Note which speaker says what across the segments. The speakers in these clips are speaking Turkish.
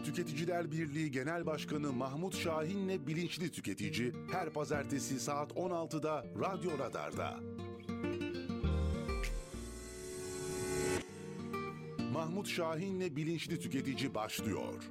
Speaker 1: Tüketiciler Birliği Genel Başkanı Mahmut Şahin'le Bilinçli Tüketici her pazartesi saat 16'da Radyo Radar'da. Mahmut Şahin'le Bilinçli Tüketici başlıyor.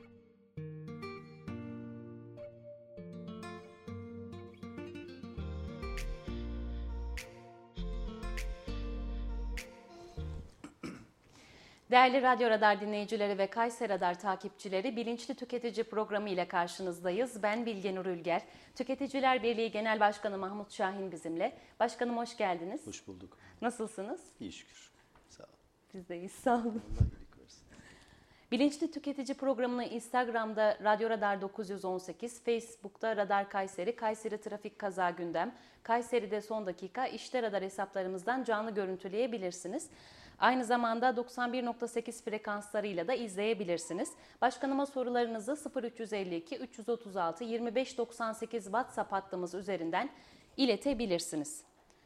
Speaker 2: Değerli Radyo Radar dinleyicileri ve Kayseri Radar takipçileri, Bilinçli Tüketici programı ile karşınızdayız. Ben Bilge Nur Ülger. Tüketiciler Birliği Genel Başkanı Mahmut Şahin bizimle. Başkanım hoş geldiniz.
Speaker 3: Hoş bulduk.
Speaker 2: Nasılsınız?
Speaker 3: İyi şükür. Sağ olun.
Speaker 2: Biz de iyiyiz, sağ olun.
Speaker 3: Allah iyilik versin.
Speaker 2: Bilinçli Tüketici programını Instagram'da Radyo Radar 918, Facebook'ta Radar Kayseri, Kayseri Trafik Kaza Gündem, Kayseri'de Son Dakika, İşte Radar hesaplarımızdan canlı görüntüleyebilirsiniz. Aynı zamanda 91.8 frekanslarıyla da izleyebilirsiniz. Başkanıma sorularınızı 0352 336 2598 WhatsApp hattımız üzerinden iletebilirsiniz.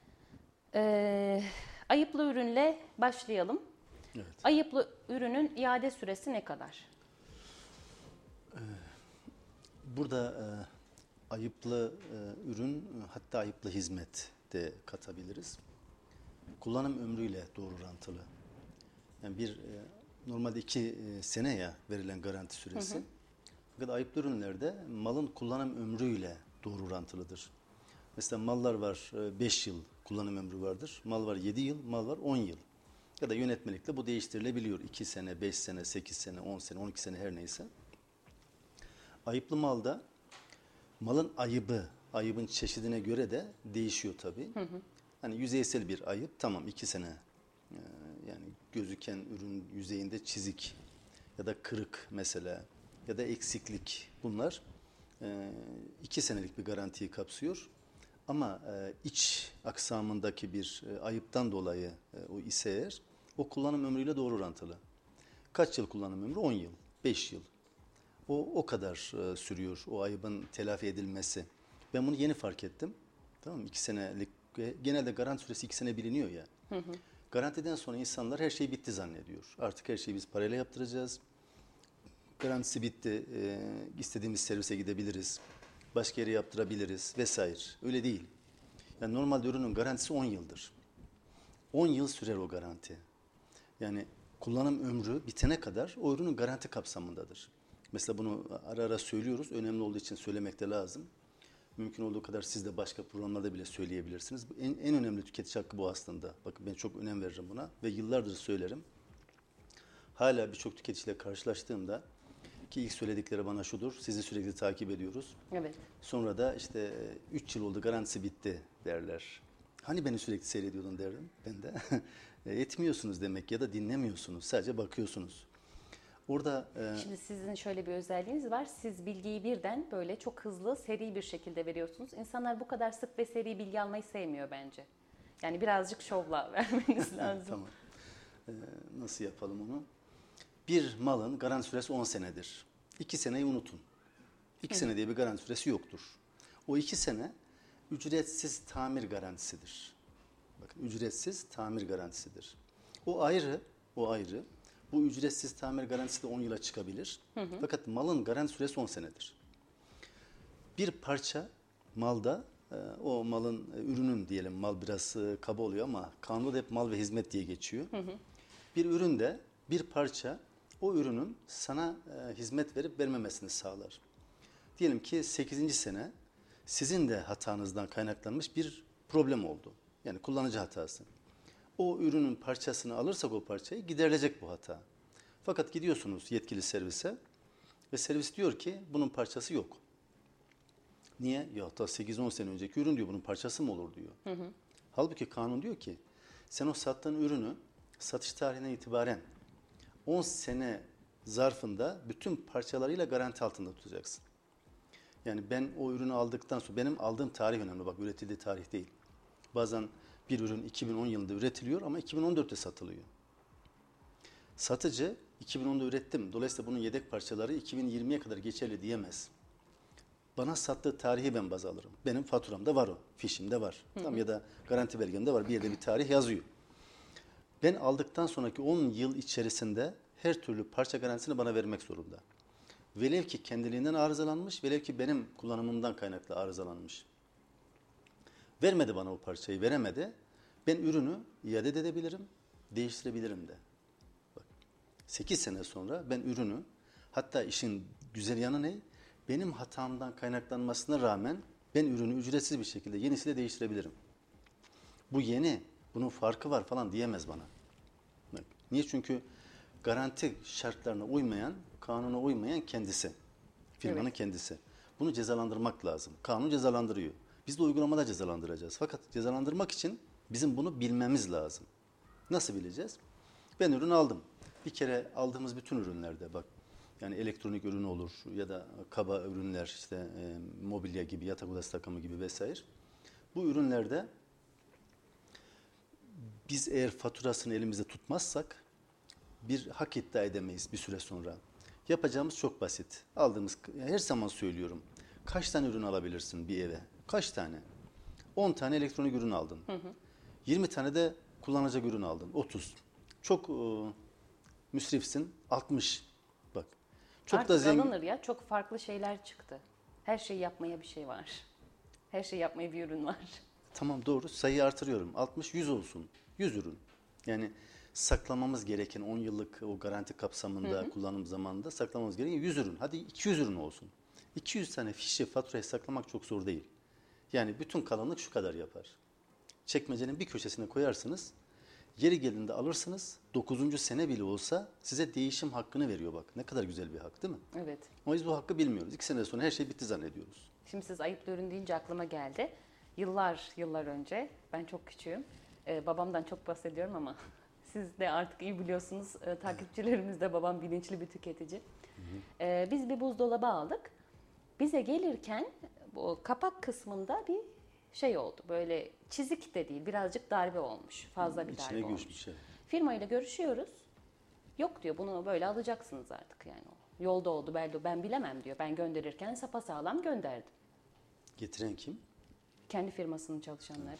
Speaker 2: Ayıplı ürünle başlayalım.
Speaker 3: Evet.
Speaker 2: Ayıplı ürünün iade süresi ne kadar?
Speaker 3: Burada ayıplı ürün, hatta ayıplı hizmet de katabiliriz. Kullanım ömrüyle doğru orantılı. Yani normalde 2 seneye verilen garanti süresi. Fakat ayıplı ürünlerde malın kullanım ömrüyle doğru orantılıdır. Mesela mallar var 5 yıl kullanım ömrü vardır. Mal var 7 yıl, mal var 10 yıl. Ya da yönetmelikle bu değiştirilebiliyor. 2 sene, 5 sene, 8 sene, 10 sene, 12 sene her neyse. Ayıplı malda malın ayıbın çeşidine göre de değişiyor tabii. Hani yüzeysel bir ayıp, tamam 2 sene yani gözüken ürün yüzeyinde çizik ya da kırık mesela ya da eksiklik, bunlar 2 senelik bir garantiyi kapsıyor. Ama iç aksamındaki bir ayıptan dolayı o ise eğer, o kullanım ömrüyle doğru orantılı. Kaç yıl kullanım ömrü? 10 yıl, 5 yıl. O kadar sürüyor o ayıbın telafi edilmesi. Ben bunu yeni fark ettim. Tamam mı? 2 senelik, genelde garanti süresi 2 sene biliniyor ya. Garantiden sonra insanlar her şey bitti zannediyor. Artık her şeyi biz parayla yaptıracağız. Garantisi bitti, istediğimiz servise gidebiliriz. Başka yere yaptırabiliriz vesaire. Öyle değil. Yani normalde ürünün garantisi 10 yıldır. 10 yıl sürer o garanti. Yani kullanım ömrü bitene kadar o ürünün garanti kapsamındadır. Mesela bunu ara ara söylüyoruz. Önemli olduğu için söylemek de lazım. Mümkün olduğu kadar siz de başka programlarda bile söyleyebilirsiniz. En önemli tüketici hakkı bu aslında. Bakın ben çok önem veririm buna ve yıllardır söylerim. Hala birçok tüketiciyle karşılaştığımda, ki ilk söyledikleri bana şudur: sizi sürekli takip ediyoruz.
Speaker 2: Evet.
Speaker 3: Sonra da işte 3 yıl oldu garantisi bitti derler. Hani beni sürekli seyrediyordun derdim ben de. Etmiyorsunuz demek ya da dinlemiyorsunuz, sadece bakıyorsunuz. Orada
Speaker 2: Şimdi sizin şöyle bir özelliğiniz var. Siz bilgiyi birden böyle çok hızlı, seri bir şekilde veriyorsunuz. İnsanlar bu kadar sık ve seri bilgi almayı sevmiyor bence. Yani birazcık şovla vermeniz lazım.
Speaker 3: Tamam. Nasıl yapalım onu? Bir malın garanti süresi 10 senedir. 2 seneyi unutun. 2 sene diye bir garanti süresi yoktur. O 2 sene ücretsiz tamir garantisidir. Bakın, ücretsiz tamir garantisidir. O ayrı. Bu ücretsiz tamir garantisi de 10 yıla çıkabilir. Fakat malın garanti süresi 10 senedir. Bir parça malda, o malın, ürünün diyelim, mal biraz kaba oluyor ama kanunda hep mal ve hizmet diye geçiyor. Bir üründe bir parça o ürünün sana hizmet verip vermemesini sağlar. Diyelim ki 8. sene sizin de hatanızdan kaynaklanmış bir problem oldu. Yani kullanıcı hatası. O ürünün parçasını alırsak o parçayı giderilecek bu hata. Fakat gidiyorsunuz yetkili servise ve servis diyor ki bunun parçası yok. Niye? Ya hatta 8-10 sene önceki ürün diyor, bunun parçası mı olur diyor. Halbuki kanun diyor ki sen o sattığın ürünü satış tarihinden itibaren 10 sene zarfında bütün parçalarıyla garanti altında tutacaksın. Yani ben o ürünü aldıktan sonra, benim aldığım tarih önemli, bak, üretildiği tarih değil. Bazen bir ürün 2010 yılında üretiliyor ama 2014'te satılıyor. Satıcı 2010'da ürettim, dolayısıyla bunun yedek parçaları 2020'ye kadar geçerli diyemez. Bana sattığı tarihi ben baz alırım. Benim faturamda var o, fişimde var. Tamam, ya da garanti belgemde var, bir yerde bir tarih yazıyor. Ben aldıktan sonraki 10 yıl içerisinde her türlü parça garantisini bana vermek zorunda. Velev ki kendiliğinden arızalanmış, velev ki benim kullanımımdan kaynaklı arızalanmış. Vermedi bana o parçayı, veremedi. Ben ürünü iade edebilirim, değiştirebilirim de. Bak, 8 sene sonra ben ürünü, hatta işin güzel yanı ne? Benim hatamdan kaynaklanmasına rağmen ben ürünü ücretsiz bir şekilde yenisiyle değiştirebilirim. Bu yeni, bunun farkı var falan diyemez bana. Bak, niye? Çünkü garanti şartlarına uymayan, kanuna uymayan kendisi. Firmanın kendisi. Bunu cezalandırmak lazım. Kanun cezalandırıyor. Biz de uygulamada cezalandıracağız. Fakat cezalandırmak için bizim bunu bilmemiz lazım. Nasıl bileceğiz? Ben ürün aldım. Bir kere aldığımız bütün ürünlerde bak, yani elektronik ürün olur ya da kaba ürünler, işte mobilya gibi, yatak odası takımı gibi vesaire. Bu ürünlerde biz eğer faturasını elimizde tutmazsak bir hak iddia edemeyiz bir süre sonra. Yapacağımız çok basit. Aldığımız, her zaman söylüyorum. Kaç tane ürün alabilirsin bir eve? Kaç tane? 10 tane elektronik ürün aldın. 20 tane de kullanacak ürün aldın. 30. Çok müsrifsin. 60. Bak. Çok
Speaker 2: Artık
Speaker 3: da zengin.
Speaker 2: alınır ya. Çok farklı şeyler çıktı. Her şeyi yapmaya bir şey var. Her şeyi yapmaya bir ürün var.
Speaker 3: Tamam, doğru. Sayıyı artırıyorum. 60, 100 olsun. 100 ürün. Yani saklamamız gereken 10 yıllık o garanti kapsamında kullanım zamanında saklamamız gereken 100 ürün. Hadi 200 ürün olsun. 200 tane fişi, faturayı saklamak çok zor değil. Yani bütün kalınlık şu kadar yapar. Çekmecenin bir köşesine koyarsınız. Yeri geldiğinde alırsınız. 9. sene bile olsa size değişim hakkını veriyor bak. Ne kadar güzel bir hak değil mi?
Speaker 2: Evet.
Speaker 3: Ama biz bu hakkı bilmiyoruz. 2 sene sonra her şey bitti zannediyoruz.
Speaker 2: Şimdi siz ayıplı ürün deyince aklıma geldi. Yıllar önce, ben çok küçüğüm. Babamdan çok bahsediyorum ama siz de artık iyi biliyorsunuz. Takipçilerimiz de, babam bilinçli bir tüketici. Biz bir buzdolabı aldık. Bize gelirken bu kapak kısmında bir şey oldu. Böyle çizik de değil, birazcık darbe olmuş. Fazla bir
Speaker 3: İçine
Speaker 2: darbe olmuş.
Speaker 3: göçmüş. Evet.
Speaker 2: Firmayla görüşüyoruz. Yok diyor, bunu böyle alacaksınız artık yani. Yolda oldu, ben bilemem diyor. Ben gönderirken sapasağlam gönderdim.
Speaker 3: Getiren kim?
Speaker 2: Kendi firmasının çalışanları.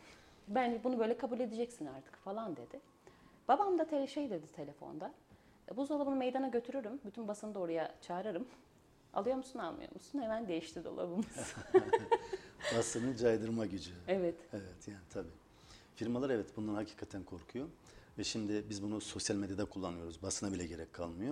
Speaker 2: Ben bunu böyle kabul edeceksin artık falan dedi. Babam da şey dedi telefonda. Buzdolabını meydana götürürüm. Bütün basını da oraya çağırırım. Alıyor musun, almıyor musun? Hemen değişti dolabımız.
Speaker 3: Basının caydırma gücü.
Speaker 2: Evet.
Speaker 3: Evet, yani tabii. Firmalar evet bundan hakikaten korkuyor. Ve şimdi biz bunu sosyal medyada kullanıyoruz. Basına bile gerek kalmıyor.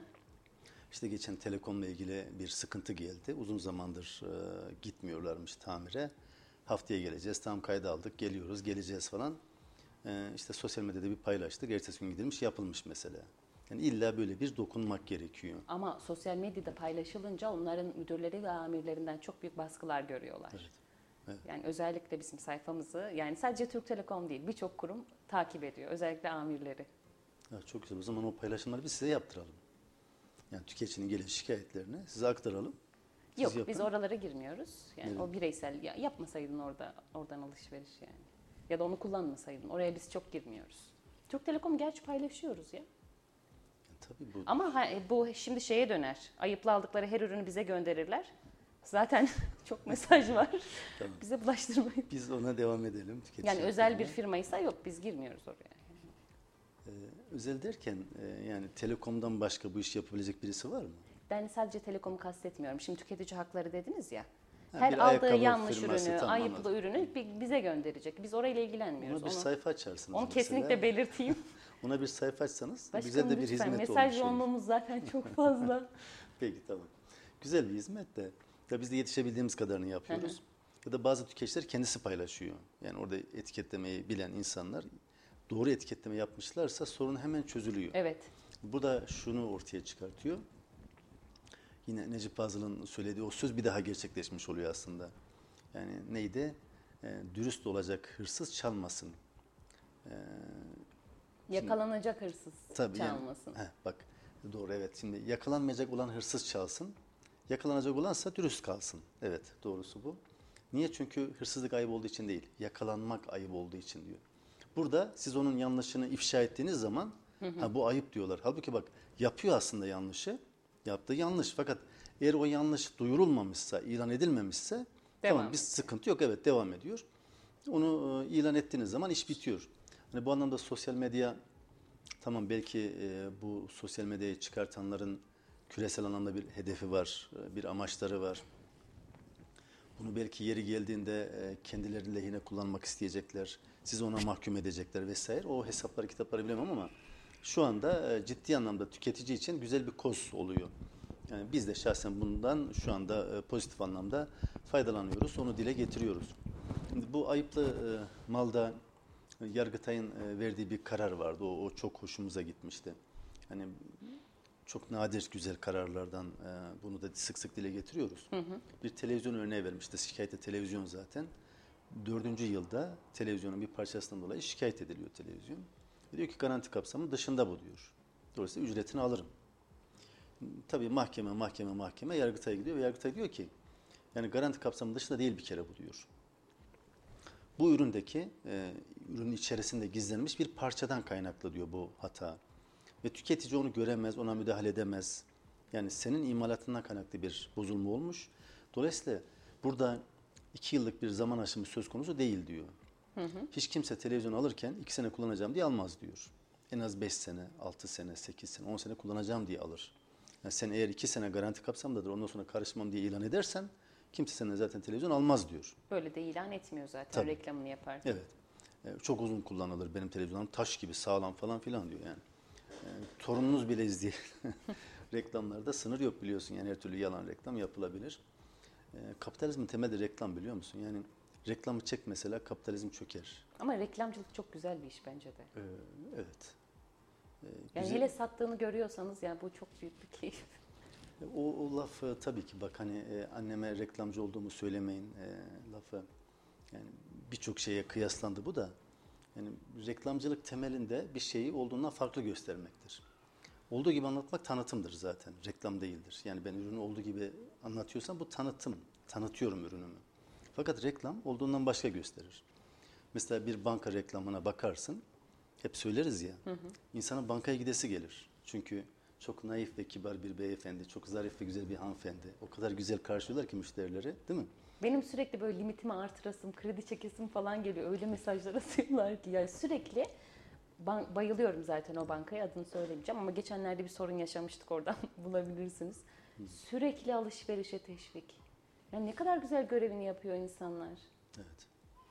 Speaker 3: İşte geçen telekomla ilgili bir sıkıntı geldi. Uzun zamandır gitmiyorlarmış tamire. Haftaya geleceğiz. Tam kayda aldık. Geliyoruz, geleceğiz falan. İşte sosyal medyada bir paylaştık. Ertesi gün gidilmiş, yapılmış mesela. Yani illa böyle bir dokunmak gerekiyor.
Speaker 2: Ama sosyal medyada paylaşılınca onların müdürleri ve amirlerinden çok büyük baskılar görüyorlar.
Speaker 3: Evet. Evet.
Speaker 2: Yani özellikle bizim sayfamızı, yani sadece Türk Telekom değil, birçok kurum takip ediyor. Özellikle amirleri.
Speaker 3: Ya çok güzel. O zaman o paylaşımları biz size yaptıralım. Yani tüketicinin gelen şikayetlerini size aktaralım. Siz
Speaker 2: Yok,
Speaker 3: yapın.
Speaker 2: biz oralara girmiyoruz. Yani
Speaker 3: Evet.
Speaker 2: o bireysel, yapmasaydın oradan alışveriş yani. Ya da onu kullanmasaydın. Oraya biz çok girmiyoruz. Türk Telekom gerçi paylaşıyoruz ya.
Speaker 3: Tabii bu.
Speaker 2: Ama bu şimdi şeye döner. Ayıplı aldıkları her ürünü bize gönderirler. Zaten çok mesaj var.
Speaker 3: Tamam.
Speaker 2: Bize bulaştırmayın.
Speaker 3: Biz ona devam edelim.
Speaker 2: Yani özel bir firmaysa yok, biz girmiyoruz oraya.
Speaker 3: Özel derken yani Telekom'dan başka bu işi yapabilecek birisi var mı?
Speaker 2: Ben sadece Telekom'u kastetmiyorum. Şimdi tüketici hakları dediniz ya.
Speaker 3: Ha,
Speaker 2: Her
Speaker 3: bir
Speaker 2: aldığı
Speaker 3: ayakkabı
Speaker 2: yanlış
Speaker 3: firması,
Speaker 2: ürünü,
Speaker 3: tamam,
Speaker 2: ayıplı
Speaker 3: anladım.
Speaker 2: ürünü bize gönderecek. Biz orayla ilgilenmiyoruz.
Speaker 3: Ona bir sayfa açarsınız
Speaker 2: Onu
Speaker 3: mesela.
Speaker 2: kesinlikle belirteyim.
Speaker 3: Ona bir sayfa açsanız
Speaker 2: Başkanım
Speaker 3: güzel de bir
Speaker 2: lütfen,
Speaker 3: hizmet
Speaker 2: mesaj
Speaker 3: olmuş olur.
Speaker 2: yoğunluğumuz zaten çok fazla.
Speaker 3: Peki, tamam. Güzel bir hizmet de. Ya biz de yetişebildiğimiz kadarını yapıyoruz. Ya da bazı tüketiciler kendisi paylaşıyor. Yani orada etiketlemeyi bilen insanlar doğru etiketleme yapmışlarsa sorun hemen çözülüyor.
Speaker 2: Evet.
Speaker 3: Bu da şunu ortaya çıkartıyor. Yine Necip Fazıl'ın söylediği o söz bir daha gerçekleşmiş oluyor aslında. Yani neydi? Dürüst olacak hırsız çalmasın.
Speaker 2: Yakalanacak hırsız
Speaker 3: Tabii
Speaker 2: çalmasın.
Speaker 3: Yani, bak doğru, evet. Şimdi yakalanmayacak olan hırsız çalsın. Yakalanacak olansa dürüst kalsın. Evet, doğrusu bu. Niye? Çünkü hırsızlık ayıp olduğu için değil, yakalanmak ayıp olduğu için diyor. Burada siz onun yanlışını ifşa ettiğiniz zaman ha, bu ayıp diyorlar. Halbuki bak, yapıyor aslında yanlışı. Yaptığı yanlış, fakat eğer o yanlış duyurulmamışsa, ilan edilmemişse tamam, bir sıkıntı yok. Evet, devam ediyor. Onu ilan ettiğiniz zaman iş bitiyor. Hani bu anlamda sosyal medya, tamam belki bu sosyal medyayı çıkartanların küresel anlamda bir hedefi var, bir amaçları var. Bunu belki yeri geldiğinde kendileri lehine kullanmak isteyecekler, sizi ona mahkum edecekler vesaire. O hesapları, kitapları bilemem ama şu anda ciddi anlamda tüketici için güzel bir koz oluyor. Yani biz de şahsen bundan şu anda pozitif anlamda faydalanıyoruz, onu dile getiriyoruz. Şimdi bu ayıplı malda Yargıtay'ın verdiği bir karar vardı. O çok hoşumuza gitmişti. Hani çok nadir güzel kararlardan bunu da sık sık dile getiriyoruz. Bir televizyon örneği vermişti. Şikayette televizyon zaten. 4. yılda televizyonun bir parçasından dolayı şikayet ediliyor televizyon. Ve diyor ki garanti kapsamının dışında bu diyor. Dolayısıyla ücretini alırım. Tabii mahkeme Yargıtay'a gidiyor ve Yargıtay diyor ki yani garanti kapsamının dışında değil bir kere bu diyor. Bu üründeki ürünün içerisinde gizlenmiş bir parçadan kaynaklı diyor bu hata. Ve tüketici onu göremez, ona müdahale edemez. Yani senin imalatından kaynaklı bir bozulma olmuş. Dolayısıyla burada 2 yıllık bir zaman aşımı söz konusu değil diyor. Hiç kimse televizyon alırken 2 sene kullanacağım diye almaz diyor. En az 5 sene, 6 sene, 8 sene, 10 sene kullanacağım diye alır. Yani sen eğer 2 sene garanti kapsamındadır ondan sonra karışmam diye ilan edersen kimse senden zaten televizyon almaz diyor.
Speaker 2: Böyle de ilan etmiyor zaten. Tabii. Reklamını yaparken.
Speaker 3: Evet. Çok uzun kullanılır benim televizyonum. Taş gibi sağlam falan filan diyor yani. Torununuz bile izleyin. Reklamlarda sınır yok biliyorsun. Yani her türlü yalan reklam yapılabilir. Kapitalizmin temeli reklam biliyor musun? Yani reklamı çek mesela kapitalizm çöker.
Speaker 2: Ama reklamcılık çok güzel bir iş bence de.
Speaker 3: Evet.
Speaker 2: Yani hele sattığını görüyorsanız yani bu çok büyük bir keyif.
Speaker 3: O laf tabii ki bak hani anneme reklamcı olduğumu söylemeyin lafı. Yani birçok şeye kıyaslandı bu da. Yani reklamcılık temelinde bir şeyi olduğundan farklı göstermektir. Olduğu gibi anlatmak tanıtımdır zaten. Reklam değildir. Yani ben ürünü olduğu gibi anlatıyorsam bu tanıtım. Tanıtıyorum ürünümü. Fakat reklam olduğundan başka gösterir. Mesela bir banka reklamına bakarsın. Hep söyleriz ya. İnsanın bankaya gidesi gelir. Çünkü çok naif ve kibar bir beyefendi, çok zarif ve güzel bir hanımefendi. O kadar güzel karşılıyorlar ki müşterileri, değil mi?
Speaker 2: Benim sürekli böyle limitimi artırasım, kredi çekesim falan geliyor. Öyle mesajlar atıyorlar ki yani sürekli bayılıyorum zaten o bankaya, adını söylemeyeceğim ama geçenlerde bir sorun yaşamıştık, oradan bulabilirsiniz. Sürekli alışverişe teşvik. Yani ne kadar güzel görevini yapıyor insanlar.
Speaker 3: Evet.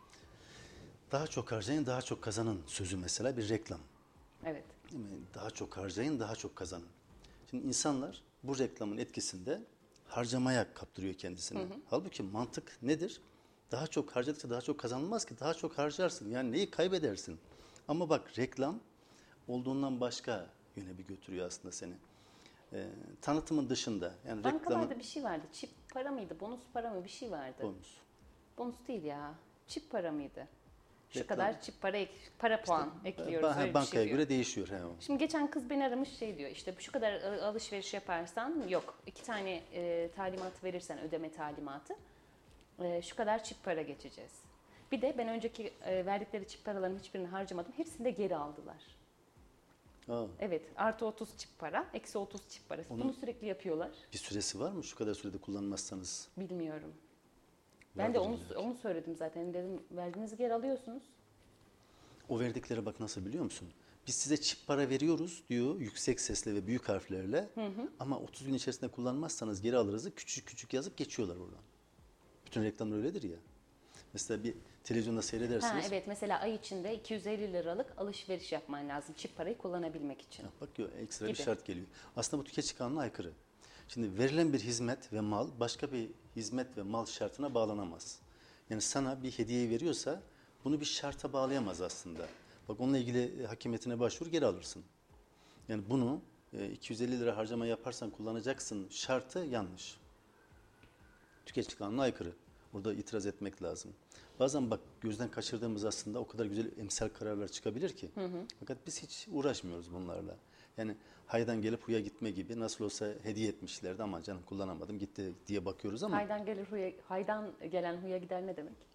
Speaker 3: Daha çok harcayın, daha çok kazanın sözü mesela bir reklam.
Speaker 2: Evet.
Speaker 3: Değil mi? Daha çok harcayın, daha çok kazanın. Şimdi insanlar bu reklamın etkisinde harcamaya kaptırıyor kendisini. Halbuki mantık nedir? Daha çok harcadıkça daha çok kazanılmaz ki. Daha çok harcarsın. Yani neyi kaybedersin? Ama bak reklam olduğundan başka yöne bir götürüyor aslında seni. Tanıtımın dışında. Yani
Speaker 2: Bankalarda
Speaker 3: reklamın...
Speaker 2: bir şey vardı. Çip para mıydı? Bonus para mı? Bir şey vardı.
Speaker 3: Bonus.
Speaker 2: Bonus değil ya. Çip para mıydı? Şu
Speaker 3: Reklam.
Speaker 2: kadar çip para puan ekliyoruz. Öyle
Speaker 3: Bankaya
Speaker 2: bir şey
Speaker 3: göre değişiyor. He,
Speaker 2: Şimdi geçen kız beni aramış, şey diyor, işte şu kadar alışveriş yaparsan, yok 2 tane talimat verirsen, ödeme talimatı, şu kadar çip para geçeceğiz. Bir de ben önceki verdikleri çip paraların hiçbirini harcamadım. Hepsini de geri aldılar.
Speaker 3: Aa.
Speaker 2: Evet, artı 30 çip para, eksi 30 çip parası. Bunu sürekli yapıyorlar.
Speaker 3: Bir süresi var mı? Şu kadar sürede kullanmazsanız.
Speaker 2: Bilmiyorum. Ben de
Speaker 3: Vardır
Speaker 2: onu söyledim zaten. Dedim verdiğinizi geri alıyorsunuz.
Speaker 3: O verdikleri bak nasıl biliyor musun? Biz size çip para veriyoruz diyor yüksek sesle ve büyük harflerle. Ama 30 gün içerisinde kullanmazsanız geri alırızı küçük küçük yazıp geçiyorlar oradan. Bütün reklamlar öyledir ya. Mesela bir televizyonda seyredersiniz.
Speaker 2: Evet, mesela ay içinde 250 liralık alışveriş yapman lazım çip parayı kullanabilmek için.
Speaker 3: Bak diyor ekstra
Speaker 2: gibi
Speaker 3: bir şart geliyor. Aslında bu tüketici kanununa aykırı. Şimdi verilen bir hizmet ve mal başka bir hizmet ve mal şartına bağlanamaz. Yani sana bir hediyeyi veriyorsa bunu bir şarta bağlayamaz aslında. Bak onunla ilgili hakimiyetine başvur geri alırsın. Yani bunu 250 lira harcama yaparsan kullanacaksın şartı yanlış. Tüketici kanununa aykırı. Burada itiraz etmek lazım. Bazen bak gözden kaçırdığımız aslında o kadar güzel emsal kararlar çıkabilir ki. Fakat biz hiç uğraşmıyoruz bunlarla. Yani haydan gelip huya gitme gibi, nasıl olsa hediye etmişlerdi ama canım kullanamadım gitti diye bakıyoruz ama.
Speaker 2: Haydan gelen huya gider ne demek?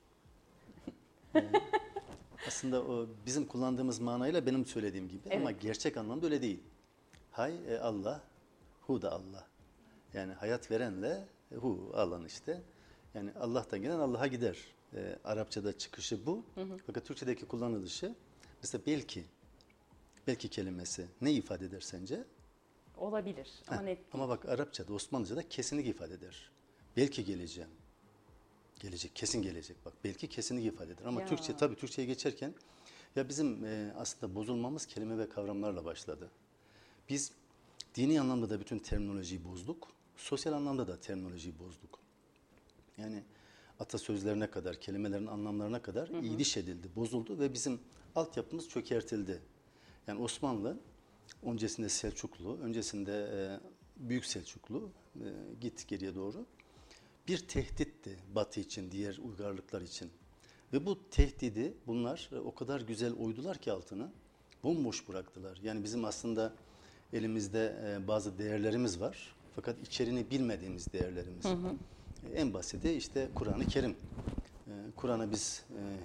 Speaker 3: Aslında o bizim kullandığımız manayla benim söylediğim gibi ama gerçek anlamda öyle değil. Hay Allah, hu da Allah. Yani hayat verenle hu Allah'ın işte. Yani Allah'tan gelen Allah'a gider. Arapçada çıkışı bu. Fakat Türkçedeki kullanılışı mesela belki kelimesi ne ifade eder sence?
Speaker 2: Olabilir ama net değil.
Speaker 3: Ama bak Arapçada, Osmanlıca'da kesinlik ifade eder. Belki geleceğim. Gelecek, kesin gelecek. Bak belki kesinlik ifade eder. Ama
Speaker 2: Ya.
Speaker 3: tabii Türkçe'ye geçerken ya bizim aslında bozulmamız kelime ve kavramlarla başladı. Biz dini anlamda da bütün terminolojiyi bozduk. Sosyal anlamda da terminolojiyi bozduk. Yani atasözlerine kadar, kelimelerin anlamlarına kadar iyiliş edildi, bozuldu ve bizim altyapımız çökertildi. Yani Osmanlı, öncesinde Selçuklu, öncesinde Büyük Selçuklu, git geriye doğru. Bir tehditti Batı için, diğer uygarlıklar için. Ve bu tehdidi bunlar o kadar güzel oydular ki altını, bomboş bıraktılar. Yani bizim aslında elimizde bazı değerlerimiz var. Fakat içeriğini bilmediğimiz değerlerimiz. En basiti işte Kur'an-ı Kerim. Kur'an'a biz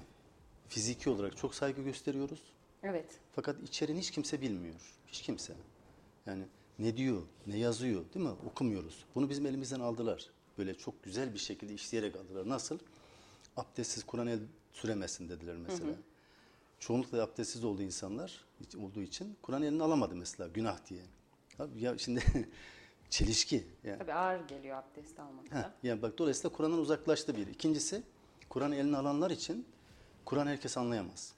Speaker 3: fiziki olarak çok saygı gösteriyoruz.
Speaker 2: Evet.
Speaker 3: Fakat içeriğini hiç kimse bilmiyor. Hiç kimse. Yani ne diyor, ne yazıyor değil mi? Okumuyoruz. Bunu bizim elimizden aldılar. Böyle çok güzel bir şekilde işleyerek aldılar. Nasıl? Abdestsiz Kur'an el süremezsin dediler mesela. Çoğunlukla abdestsiz olduğu insanlar olduğu için Kur'an elini alamadı mesela günah diye. Abi ya şimdi çelişki. Yani.
Speaker 2: Tabii ağır geliyor abdest almak da.
Speaker 3: Yani bak dolayısıyla Kur'an'dan uzaklaştı bir. İkincisi Kur'an'ı eline alanlar için Kur'an herkes anlayamaz.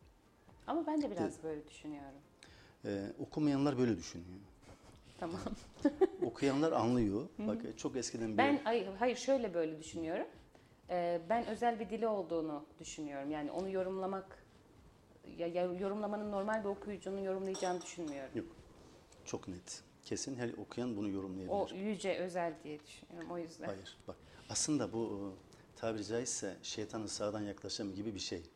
Speaker 2: Ama ben de biraz böyle düşünüyorum.
Speaker 3: Okumayanlar böyle düşünüyor.
Speaker 2: Tamam.
Speaker 3: Okuyanlar anlıyor. Bak çok eskiden bir...
Speaker 2: Ben hayır şöyle böyle düşünüyorum. Ben özel bir dili olduğunu düşünüyorum. Yani onu yorumlamak, yorumlamanın normal bir okuyucunun yorumlayacağını düşünmüyorum.
Speaker 3: Yok. Çok net. Kesin her okuyan bunu yorumlayabilir.
Speaker 2: O yüce özel diye düşünüyorum o yüzden.
Speaker 3: Hayır. Bak aslında bu tabiri caizse şeytanın sağdan yaklaşımı gibi bir şey.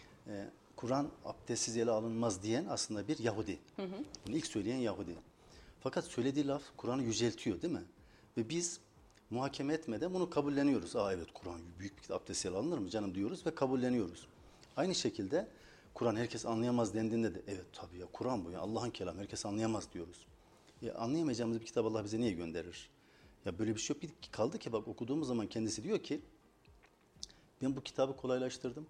Speaker 3: Kur'an abdestsiz ele alınmaz diyen aslında bir Yahudi. Bunu ilk söyleyen Yahudi. Fakat söylediği laf Kur'an'ı yüceltiyor değil mi? Ve biz muhakeme etmeden bunu kabulleniyoruz. Evet Kur'an büyük bir abdest ele alınır mı canım diyoruz ve kabulleniyoruz. Aynı şekilde Kur'an herkes anlayamaz dendiğinde de evet tabii ya Kur'an bu ya Allah'ın kelamı herkes anlayamaz diyoruz. Anlayamayacağımız bir kitap Allah bize niye gönderir? Ya böyle bir şey yok. Bir kaldı ki bak okuduğumuz zaman kendisi diyor ki ben bu kitabı kolaylaştırdım.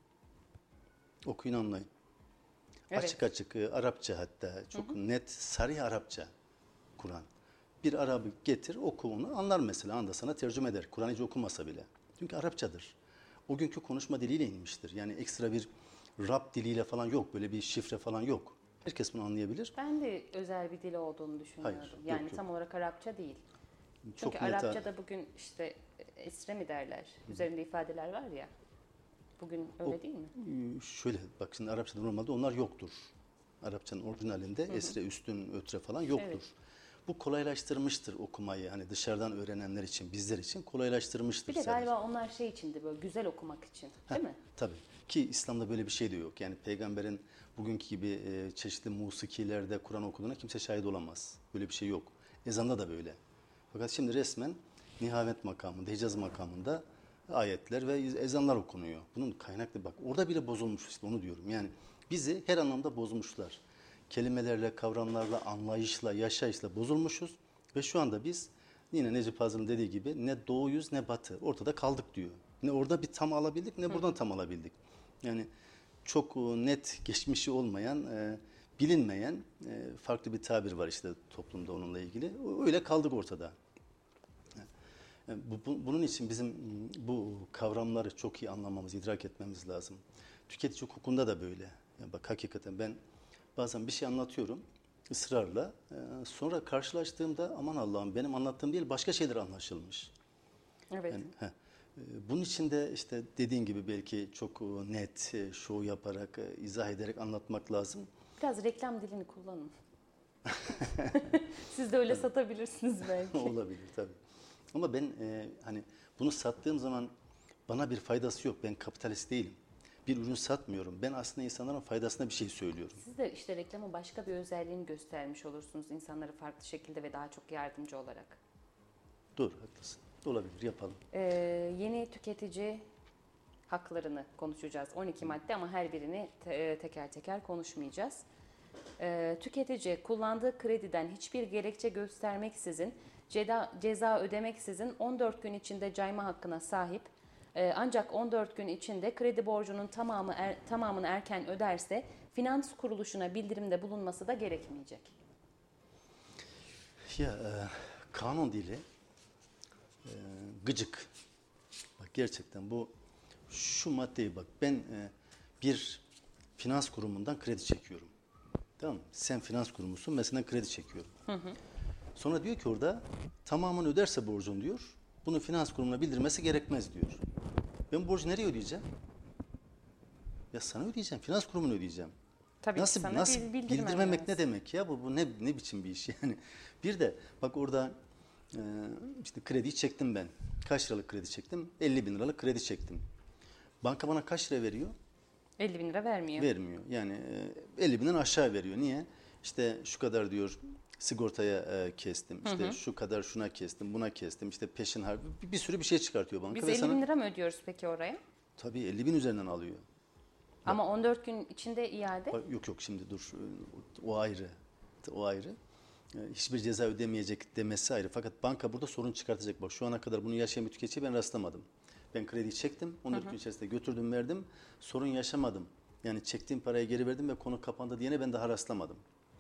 Speaker 3: Okuyun anlayın.
Speaker 2: Evet.
Speaker 3: Açık açık Arapça hatta çok net sarih Arapça Kur'an. Bir Arabı getir oku onu anlar mesela anda sana tercüme eder. Kur'an hiç okumasa bile. Çünkü Arapçadır. O günkü konuşma diliyle inmiştir. Yani ekstra bir Rab diliyle falan yok. Böyle bir şifre falan yok. Herkes bunu anlayabilir.
Speaker 2: Ben de özel bir dili olduğunu düşünüyorum.
Speaker 3: Hayır,
Speaker 2: Yani
Speaker 3: yok.
Speaker 2: tam olarak Arapça değil.
Speaker 3: Çok
Speaker 2: Çünkü
Speaker 3: net
Speaker 2: Arapçada bugün işte esre mi derler? Üzerinde ifadeler var ya. Bugün öyle değil mi?
Speaker 3: Şöyle bak şimdi Arapçada normalde onlar yoktur. Arapçanın orijinalinde esre, üstün, ötre falan yoktur.
Speaker 2: Evet.
Speaker 3: Bu kolaylaştırmıştır okumayı. Hani dışarıdan öğrenenler için, bizler için kolaylaştırmıştır.
Speaker 2: Bir de
Speaker 3: sadece.
Speaker 2: galiba onlar şey içindi böyle güzel okumak için. Değil mi?
Speaker 3: Tabii. Ki İslam'da böyle bir şey de yok. Yani peygamberin bugünkü gibi çeşitli musikilerde Kur'an okuduğuna kimse şahit olamaz. Böyle bir şey yok. Ezanda da böyle. Fakat şimdi resmen nihavet makamında, Hicaz makamında ayetler ve ezanlar okunuyor. Bunun kaynaklı bak orada bile bozulmuş işte onu diyorum. Yani bizi her anlamda bozmuşlar. Kelimelerle, kavramlarla, anlayışla, yaşayışla bozulmuşuz. Ve şu anda biz yine Necip Fazıl'ın dediği gibi ne doğuyuz ne batı. Ortada kaldık diyor. Ne orada bir tam alabildik ne buradan tam alabildik. Yani çok net geçmişi olmayan, bilinmeyen farklı bir tabir var işte toplumda onunla ilgili. Öyle kaldık ortada. Yani bunun için bizim bu kavramları çok iyi anlamamız, idrak etmemiz lazım. Tüketici hukukunda da böyle. Yani bak hakikaten ben bazen bir şey anlatıyorum ısrarla. Sonra karşılaştığımda aman Allah'ım benim anlattığım değil başka şeyler anlaşılmış.
Speaker 2: Evet.
Speaker 3: Yani, bunun için de işte dediğin gibi belki çok net, şov yaparak, izah ederek anlatmak lazım.
Speaker 2: Biraz reklam dilini kullanın. Siz de öyle satabilirsiniz belki.
Speaker 3: Olabilir tabii. Ama ben hani bunu sattığım zaman bana bir faydası yok. Ben kapitalist değilim. Bir ürün satmıyorum. Ben aslında insanların faydasına bir şey söylüyorum.
Speaker 2: Siz de işte reklamın başka bir özelliğini göstermiş olursunuz insanlara farklı şekilde ve daha çok yardımcı olarak.
Speaker 3: Doğru, haklısın. Olabilir, yapalım.
Speaker 2: Yeni tüketici haklarını konuşacağız. 12 madde ama her birini teker teker konuşmayacağız. Tüketici kullandığı krediden hiçbir gerekçe göstermeksizin, ceza ödemeksizin 14 gün içinde cayma hakkına sahip. Ancak 14 gün içinde kredi borcunun tamamını erken öderse finans kuruluşuna bildirimde bulunması da gerekmeyecek.
Speaker 3: Kanun dili gıcık. Bak gerçekten şu maddeyi bak ben bir finans kurumundan kredi çekiyorum. Tamam mı? Sen finans kurumusun, mesela kredi çekiyorum. Sonra diyor ki orada tamamını öderse borcun diyor. Bunu finans kurumuna bildirmesi gerekmez diyor. Ben borcu nereye ödeyeceğim? Ya sana ödeyeceğim, finans kurumuna ödeyeceğim.
Speaker 2: Tabii
Speaker 3: Nasıl,
Speaker 2: ki sana
Speaker 3: nasıl bildirmemek
Speaker 2: lazım.
Speaker 3: ne demek ya? Bu ne biçim bir iş yani? Bir de bak orada işte krediyi çektim ben. Kaç liralık kredi çektim? 50 bin liralık kredi çektim. Banka bana kaç lira veriyor?
Speaker 2: 50 bin lira vermiyor.
Speaker 3: Vermiyor. Yani 50 binden aşağı veriyor. Niye? İşte şu kadar diyor sigortaya kestim. İşte şu kadar şuna kestim, buna kestim. İşte peşin harbi bir sürü bir şey çıkartıyor banka.
Speaker 2: Biz 50 bin lira mı ödüyoruz peki oraya?
Speaker 3: Tabii 50 bin üzerinden alıyor.
Speaker 2: Ama 14 gün içinde iade.
Speaker 3: Yok şimdi dur. O ayrı. O ayrı. Hiçbir ceza ödemeyecek demesi ayrı. Fakat banka burada sorun çıkartacak. Bak şu ana kadar bunu yaşayan bir tüketiciye ben rastlamadım. Ben krediyi çektim. 14 gün içerisinde götürdüm verdim. Sorun yaşamadım. Yani çektiğim parayı geri verdim ve konu kapandı diyene ben daha rastlamadım.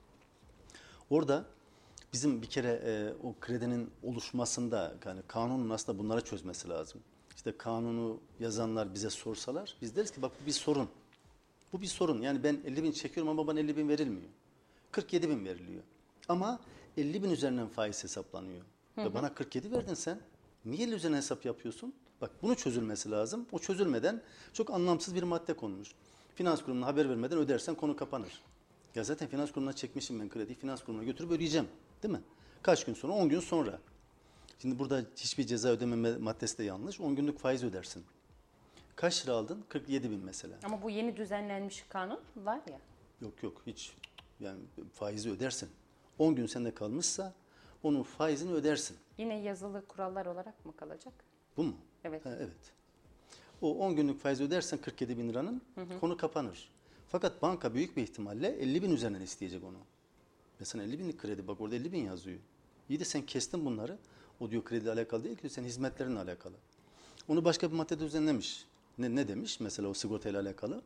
Speaker 3: Orada bizim bir kere o kredinin oluşmasında yani kanunun aslında bunları çözmesi lazım. İşte kanunu yazanlar bize sorsalar biz deriz ki bak bu bir sorun. Bu bir sorun. Yani ben 50 bin çekiyorum ama bana 50 bin verilmiyor. 47 bin veriliyor. Ama 50 bin üzerinden faiz hesaplanıyor. Ve bana 47 verdin sen. Niye 50 üzerinden hesap yapıyorsun? Bak bunu çözülmesi lazım. O çözülmeden çok anlamsız bir madde konmuş. Finans kurumuna haber vermeden ödersen konu kapanır. Ya zaten finans kurumuna çekmişim ben krediyi. Finans kurumuna götürüp ödeyeceğim. Değil mi? Kaç gün sonra? 10 gün sonra. Şimdi burada hiçbir ceza ödeme maddesi de yanlış. 10 günlük faiz ödersin. Kaç lira aldın? 47 bin mesela.
Speaker 2: Ama bu yeni düzenlenmiş kanun var ya.
Speaker 3: Yok hiç. Yani faizi ödersin. 10 gün sende kalmışsa onun faizini ödersin.
Speaker 2: Yine yazılı kurallar olarak mı kalacak?
Speaker 3: Bu mu?
Speaker 2: Evet.
Speaker 3: Evet. O 10 günlük faizi ödersen 47 bin liranın konu kapanır. Fakat banka büyük bir ihtimalle 50 bin üzerinden isteyecek onu. Mesela 50 binlik kredi bak orada 50 bin yazıyor. İyi de sen kestin bunları. O diyor krediyle alakalı değil ki sen hizmetlerinle alakalı. Onu başka bir maddede düzenlemiş. Ne demiş mesela o sigortayla alakalı?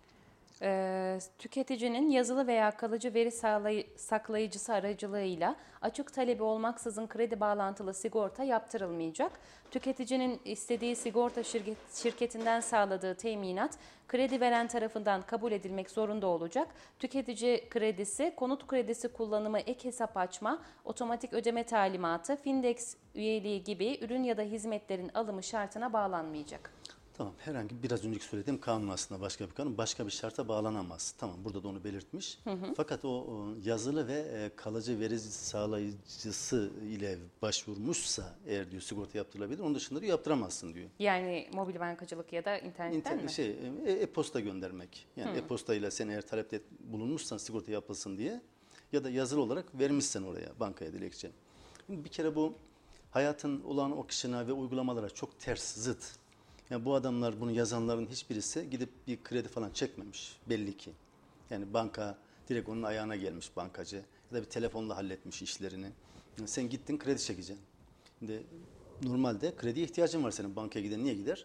Speaker 2: Tüketicinin yazılı veya kalıcı veri saklayıcısı aracılığıyla açık talebi olmaksızın kredi bağlantılı sigorta yaptırılmayacak. Tüketicinin istediği sigorta şirketinden sağladığı teminat kredi veren tarafından kabul edilmek zorunda olacak. Tüketici kredisi, konut kredisi kullanımı, ek hesap açma, otomatik ödeme talimatı, Findex üyeliği gibi ürün ya da hizmetlerin alımı şartına bağlanmayacak.
Speaker 3: Tamam, herhangi biraz önceki söylediğim kanun aslında başka bir kanun. Başka bir şarta bağlanamaz. Tamam, burada da onu belirtmiş. Fakat o yazılı ve kalıcı veri sağlayıcısı ile başvurmuşsa eğer diyor sigorta yaptırılabilir. Onun dışında diyor yaptıramazsın diyor.
Speaker 2: Yani mobil bankacılık ya da internetten mi?
Speaker 3: E-posta göndermek. Yani e-posta ile sen eğer talepte bulunmuşsan sigorta yapılsın diye ya da yazılı olarak vermişsen oraya bankaya dilekçe. Bir kere bu hayatın olağan akışına ve uygulamalara çok ters, zıt. Yani bu adamlar bunu yazanların hiçbirisi gidip bir kredi falan çekmemiş belli ki. Yani banka direkt onun ayağına gelmiş bankacı ya da bir telefonla halletmiş işlerini. Yani sen gittin kredi çekeceksin. Şimdi normalde krediye ihtiyacın var senin bankaya giden niye gider?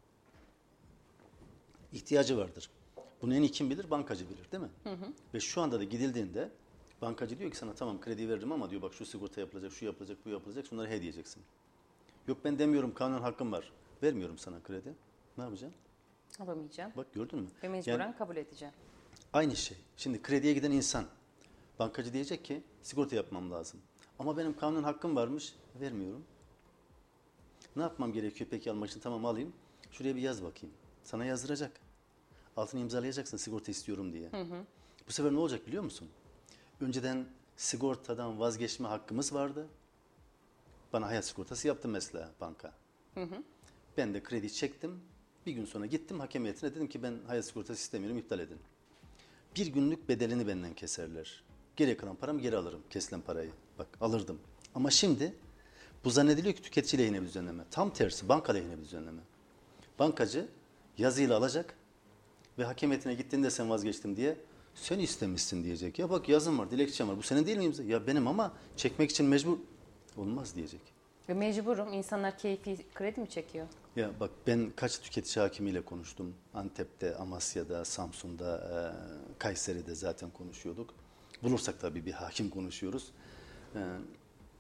Speaker 3: İhtiyacı vardır. Bunu en iyi kim bilir? Bankacı bilir değil mi? Ve şu anda da gidildiğinde bankacı diyor ki sana tamam kredi veririm ama diyor bak şu sigorta yapılacak, şu yapılacak, bu yapılacak şunları hediyeceksin. Yok ben demiyorum kanun hakkım var. Vermiyorum sana kredi. Ne yapacaksın?
Speaker 2: Alamayacağım.
Speaker 3: Bak gördün mü?
Speaker 2: Ve mecburen
Speaker 3: Yani
Speaker 2: kabul edeceğim.
Speaker 3: aynı şey. Şimdi krediye giden insan bankacı diyecek ki sigorta yapmam lazım. Ama benim kanun hakkım varmış. Vermiyorum. Ne yapmam gerekiyor peki almak için? Tamam alayım. Şuraya bir yaz bakayım. Sana yazdıracak. Altını imzalayacaksın sigorta istiyorum diye. Bu sefer ne olacak biliyor musun? Önceden sigortadan vazgeçme hakkımız vardı. Bana hayat sigortası yaptı mesela banka. Ben de kredi çektim. Bir gün sonra gittim hakem heyetine dedim ki ben hayat sigortası istemiyorum iptal edin. Bir günlük bedelini benden keserler. Geriye kalan paramı geri alırım kesilen parayı. Bak alırdım. Ama şimdi bu zannediliyor ki tüketici lehine bir düzenleme. Tam tersi banka lehine bir düzenleme. Bankacı yazıyla alacak ve hakem heyetine gittiğinde sen vazgeçtim diye sen istemişsin diyecek. Ya bak yazım var, dilekçem var. Bu senin değil mi? Ya benim ama çekmek için mecbur. Olmaz diyecek.
Speaker 2: Ve mecburum. İnsanlar keyfi kredi mi çekiyor?
Speaker 3: Ya bak ben kaç tüketici hakimiyle konuştum. Antep'te, Amasya'da, Samsun'da, Kayseri'de zaten konuşuyorduk. Bulursak tabii bir hakim konuşuyoruz.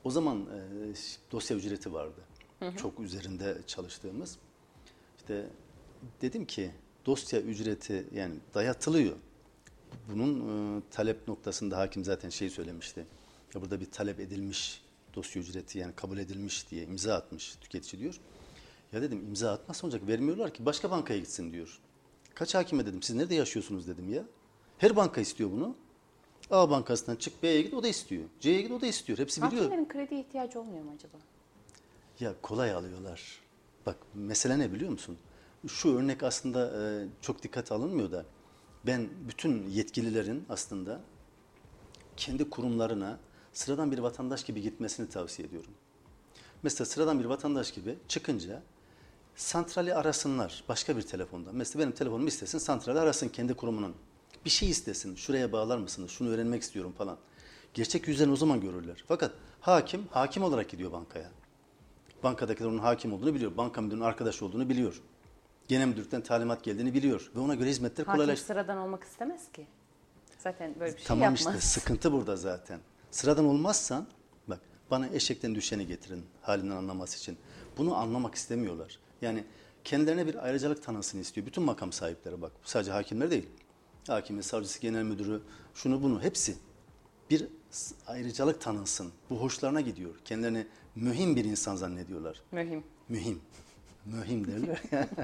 Speaker 3: O zaman dosya ücreti vardı. Çok üzerinde çalıştığımız. İşte dedim ki dosya ücreti yani dayatılıyor. Bunun talep noktasında hakim zaten söylemişti. Ya burada bir talep edilmiş dosya ücreti yani kabul edilmiş diye imza atmış tüketici diyor. Ya dedim imza atmazsa olacak vermiyorlar ki başka bankaya gitsin diyor. Kaç hakime dedim siz nerede yaşıyorsunuz dedim ya. Her banka istiyor bunu. A bankasından çık B'ye git o da istiyor. C'ye git o da istiyor. Hepsi biliyor.
Speaker 2: Hakimlerin krediye ihtiyacı olmuyor mu acaba?
Speaker 3: Ya kolay alıyorlar. Bak mesele ne biliyor musun? Şu örnek aslında çok dikkate alınmıyor da ben bütün yetkililerin aslında kendi kurumlarına sıradan bir vatandaş gibi gitmesini tavsiye ediyorum. Mesela sıradan bir vatandaş gibi çıkınca santrali arasınlar başka bir telefonda. Mesela benim telefonumu istesin, santrali arasın kendi kurumunun. Bir şey istesin, şuraya bağlar mısınız, şunu öğrenmek istiyorum falan. Gerçek yüzlerini o zaman görürler. Fakat hakim olarak gidiyor bankaya. Bankadakiler onun hakim olduğunu biliyor. Banka müdürünün arkadaş olduğunu biliyor. Genel müdürlükten talimat geldiğini biliyor. Ve ona göre hizmetler
Speaker 2: Hakim
Speaker 3: kolaylaştı.
Speaker 2: sıradan olmak istemez ki. Zaten böyle bir şey
Speaker 3: Tamam
Speaker 2: yapmaz.
Speaker 3: işte sıkıntı burada zaten. Sıradan olmazsan bak bana eşekten düşeni getirin halinden anlaması için. Bunu anlamak istemiyorlar. Yani kendilerine bir ayrıcalık tanınsın istiyor. Bütün makam sahipleri bak. Sadece hakimler değil. Hakimi, savcısı, genel müdürü, şunu bunu hepsi bir ayrıcalık tanınsın. Bu hoşlarına gidiyor. Kendilerini mühim bir insan zannediyorlar. Mühim. Mühim derler.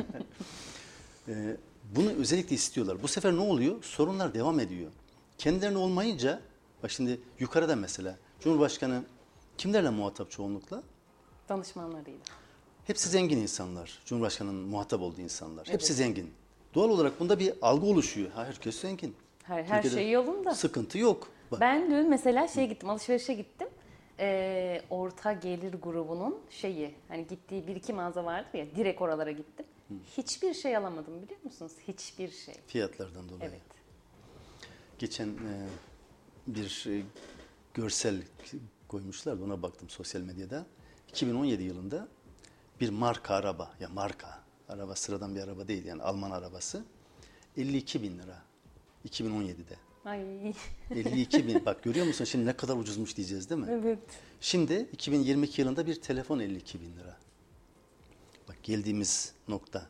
Speaker 3: Bunu özellikle istiyorlar. Bu sefer ne oluyor? Sorunlar devam ediyor. Kendilerine olmayınca, bak şimdi yukarıda mesela Cumhurbaşkanı kimlerle muhatap çoğunlukla?
Speaker 2: Danışmanlarıyla.
Speaker 3: Hepsi zengin insanlar. Cumhurbaşkanının muhatap olduğu insanlar. Evet. Hepsi zengin. Doğal olarak bunda bir algı oluşuyor. Herkes zengin.
Speaker 2: Her şey yolunda.
Speaker 3: Sıkıntı yok. Bak.
Speaker 2: Ben dün mesela gittim, alışverişe gittim. Orta gelir grubunun hani gittiği bir iki mağaza vardır ya, direkt oralara gittim. Hiçbir şey alamadım biliyor musunuz? Hiçbir şey.
Speaker 3: Fiyatlardan dolayı.
Speaker 2: Evet.
Speaker 3: Geçen bir görsel koymuşlardı, ona baktım sosyal medyada. 2017 yılında bir marka araba, araba sıradan bir araba değil yani Alman arabası 52 bin lira 2017'de.
Speaker 2: Ay.
Speaker 3: 52 bin, bak görüyor musun şimdi ne kadar ucuzmuş diyeceğiz değil mi?
Speaker 2: Evet.
Speaker 3: Şimdi 2022 yılında bir telefon 52 bin lira. Bak geldiğimiz nokta.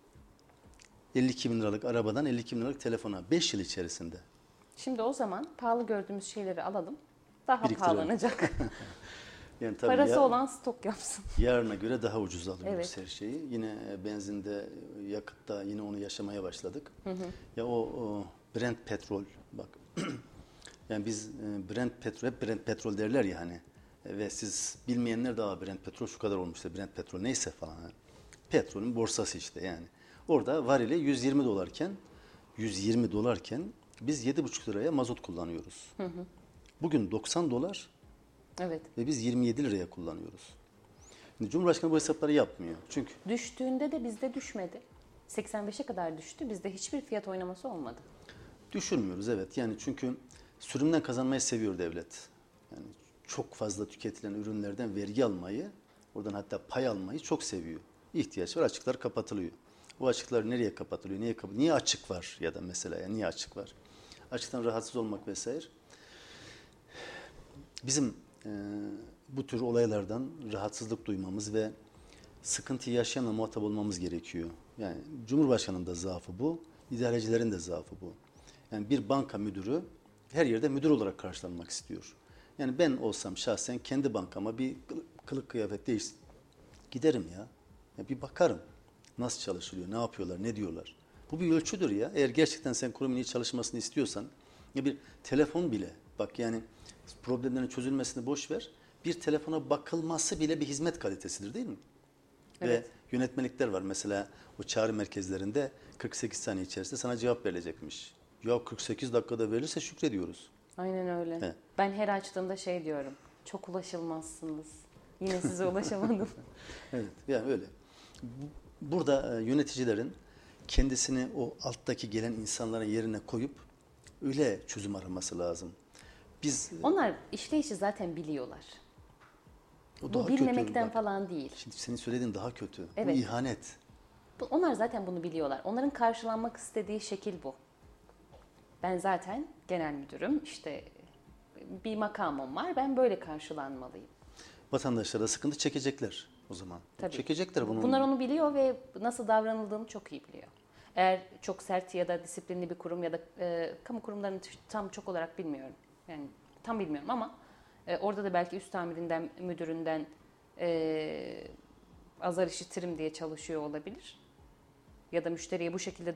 Speaker 3: 52 bin liralık arabadan 52 bin liralık telefona 5 yıl içerisinde.
Speaker 2: Şimdi o zaman pahalı gördüğümüz şeyleri alalım. Daha
Speaker 3: Biriktirelim.
Speaker 2: pahalanacak.
Speaker 3: Yani tabii
Speaker 2: Parası olan stok yapsın.
Speaker 3: Yarına göre daha ucuz alıyoruz
Speaker 2: Evet.
Speaker 3: her şeyi. Yine benzinde, yakıtta yine onu yaşamaya başladık. Ya o Brent petrol bak. Yani biz hep Brent petrol derler ya hani. Ve siz bilmeyenler daha Brent petrol şu kadar olmuştu. Brent petrol neyse falan. Petrolün borsası işte yani. Orada varili 120 dolarken biz 7,5 liraya mazot kullanıyoruz. Bugün 90 dolar.
Speaker 2: Evet.
Speaker 3: Ve biz 27 liraya kullanıyoruz. Şimdi Cumhurbaşkanı bu hesapları yapmıyor. Çünkü
Speaker 2: Düştüğünde de bizde düşmedi. 85'e kadar düştü. Bizde hiçbir fiyat oynaması olmadı.
Speaker 3: düşürmüyoruz evet. Yani çünkü sürümden kazanmayı seviyor devlet. Yani çok fazla tüketilen ürünlerden vergi almayı, oradan hatta pay almayı çok seviyor. İhtiyaç var, açıklar kapatılıyor. Bu açıklar nereye kapatılıyor? Niye açık var ya da mesela yani niye açık var? Açıktan rahatsız olmak vesaire. Bizim bu tür olaylardan rahatsızlık duymamız ve sıkıntı yaşayanla muhatap olmamız gerekiyor. Yani Cumhurbaşkanı'nın da zaafı bu, idarecilerin de zaafı bu. Yani bir banka müdürü her yerde müdür olarak karşılanmak istiyor. Yani ben olsam şahsen kendi bankama bir kılık kıyafet değişsin. Giderim ya. Bir bakarım. Nasıl çalışılıyor, ne yapıyorlar, ne diyorlar. Bu bir ölçüdür ya. Eğer gerçekten sen kurumun iyi çalışmasını istiyorsan, ya bir telefon bile, bak yani problemlerin çözülmesini boş ver, bir telefona bakılması bile bir hizmet kalitesidir değil mi?
Speaker 2: Evet.
Speaker 3: Ve yönetmelikler var. Mesela o çağrı merkezlerinde 48 saniye içerisinde sana cevap verilecekmiş. Ya 48 dakikada verilirse şükrediyoruz.
Speaker 2: Aynen öyle.
Speaker 3: He.
Speaker 2: Ben her açtığımda diyorum. Çok ulaşılmazsınız. Yine size ulaşamadım.
Speaker 3: Evet, yani öyle. Burada yöneticilerin kendisini o alttaki gelen insanların yerine koyup öyle çözüm araması lazım. Biz
Speaker 2: Onlar işleyişi zaten biliyorlar.
Speaker 3: o
Speaker 2: Bu
Speaker 3: daha kötü,
Speaker 2: bilmemekten
Speaker 3: bak.
Speaker 2: falan değil.
Speaker 3: Şimdi senin söylediğin daha kötü.
Speaker 2: Evet.
Speaker 3: Bu ihanet.
Speaker 2: Onlar zaten bunu biliyorlar. Onların karşılanmak istediği şekil bu. Ben zaten genel müdürüm. İşte bir makamım var. Ben böyle karşılanmalıyım.
Speaker 3: vatandaşlara sıkıntı çekecekler o zaman.
Speaker 2: Tabii.
Speaker 3: Çekecekler bunu.
Speaker 2: Bunlar onu biliyor ve nasıl davranıldığını çok iyi biliyor. Eğer çok sert ya da disiplinli bir kurum ya da kamu kurumlarını tam çok olarak bilmiyorum. Yani tam bilmiyorum ama orada da belki üst amirinden, müdüründen azar işitirim diye çalışıyor olabilir. Ya da müşteriye bu şekilde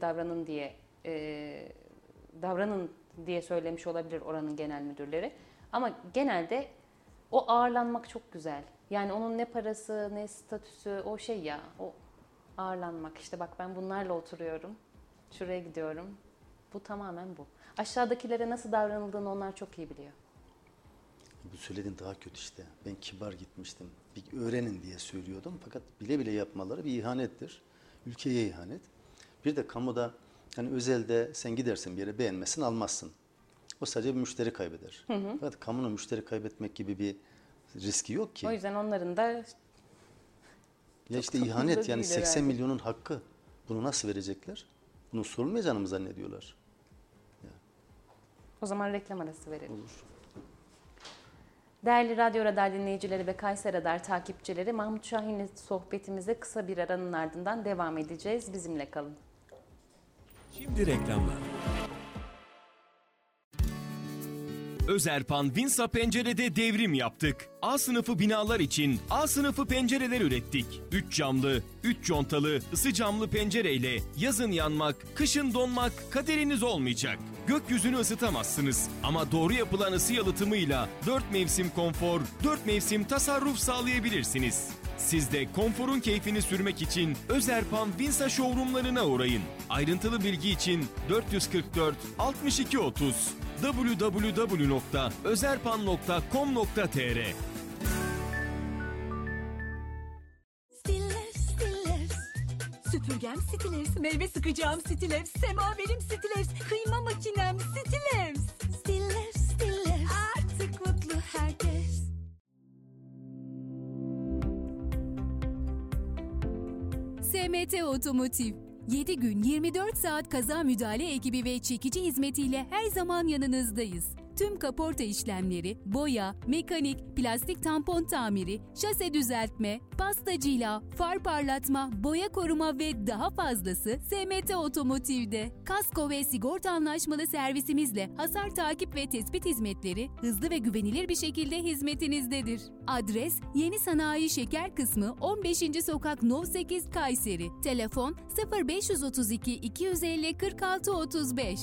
Speaker 2: davranın diye söylemiş olabilir oranın genel müdürleri. Ama genelde o ağırlanmak çok güzel. Yani onun ne parası, ne statüsü, o şey ya, o ağırlanmak. İşte bak ben bunlarla oturuyorum, şuraya gidiyorum. Bu tamamen bu. Aşağıdakilere nasıl davranıldığını onlar çok iyi biliyor.
Speaker 3: Bu söylediğin daha kötü işte. Ben kibar gitmiştim. Bir öğrenin diye söylüyordum. Fakat bile bile yapmaları bir ihanettir. Ülkeye ihanet. Bir de kamuda, hani özelde sen gidersin bir yere, beğenmesin, almazsın. O sadece bir müşteri kaybeder. Fakat kamunun müşteri kaybetmek gibi bir riski yok ki.
Speaker 2: O yüzden onların da
Speaker 3: ya işte ihanet, yani 80 milyonun hakkı. Bunu nasıl verecekler? Bunu sorulmayacağını mı zannediyorlar?
Speaker 2: O zaman reklam arası verelim.
Speaker 3: Olur.
Speaker 2: Değerli Radyo Radar dinleyicileri ve Kayseri Radar takipçileri, Mahmut Şahin'le sohbetimize kısa bir aranın ardından devam edeceğiz. Bizimle kalın.
Speaker 4: Şimdi reklamlar. Özerpan Vinsa Pencere'de devrim yaptık. A sınıfı binalar için A sınıfı pencereler ürettik. 3 camlı, 3 contalı, ısı camlı pencereyle yazın yanmak, kışın donmak kaderiniz olmayacak. Gökyüzünü ısıtamazsınız ama doğru yapılan ısı yalıtımıyla 4 mevsim konfor, 4 mevsim tasarruf sağlayabilirsiniz. Siz de konforun keyfini sürmek için Özerpan Vinsa showroomlarına uğrayın. Ayrıntılı bilgi için 444 62 30 www.özerpan.com.tr.
Speaker 5: Süpürgem Stilevs, meyve sıkacağım Stilevs, semaverim Stilevs, kıyma makinem Stilevs. Stilevs, artık mutlu herkes.
Speaker 6: SMT Otomotiv 7 gün 24 saat kaza müdahale ekibi ve çekici hizmetiyle her zaman yanınızdayız. Tüm kaporta işlemleri, boya, mekanik, plastik tampon tamiri, şase düzeltme, pasta cila, far parlatma, boya koruma ve daha fazlası SMT Otomotiv'de. Kasko ve sigorta anlaşmalı servisimizle hasar takip ve tespit hizmetleri hızlı ve güvenilir bir şekilde hizmetinizdedir. Adres Yeni Sanayi Şeker Kısmı 15. Sokak No 8 Kayseri. Telefon 0532 250 46 35.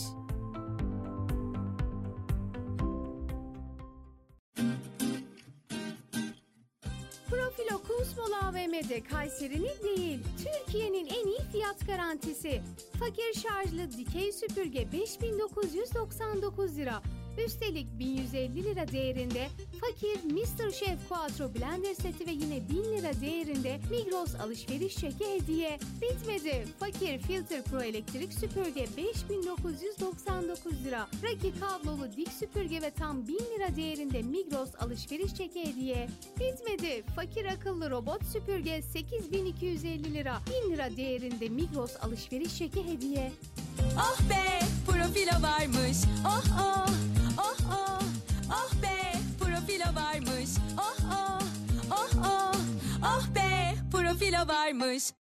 Speaker 7: Profilo Kusmol AVM'de Kayseri'nin değil, Türkiye'nin en iyi fiyat garantisi. Fakir şarjlı dikey süpürge 5.999 lira. Üstelik 1150 lira değerinde Fakir Mr. Chef Quattro Blender seti ve yine 1000 lira değerinde Migros alışveriş çeki hediye. Bitmedi. Fakir Filter Pro elektrik süpürge 5.999 lira. Raki kablolu dik süpürge ve tam 1000 lira değerinde Migros alışveriş çeki hediye. Bitmedi. Fakir akıllı robot süpürge 8.250 lira. 1000 lira değerinde Migros alışveriş çeki hediye.
Speaker 5: Oh be, Profilo varmış. Oh oh, oh oh, oh be, Profilo varmış. Oh oh, oh oh, oh be, Profilo varmış.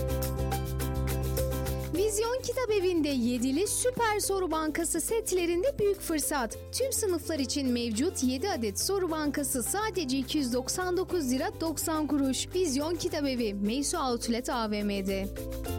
Speaker 7: Vizyon Kitap Evi'nde 7'li Süper Soru Bankası setlerinde büyük fırsat. Tüm sınıflar için mevcut 7 adet soru bankası sadece 299 lira 90 kuruş. Vizyon Kitap Evi, Meysu Outlet AVM'de.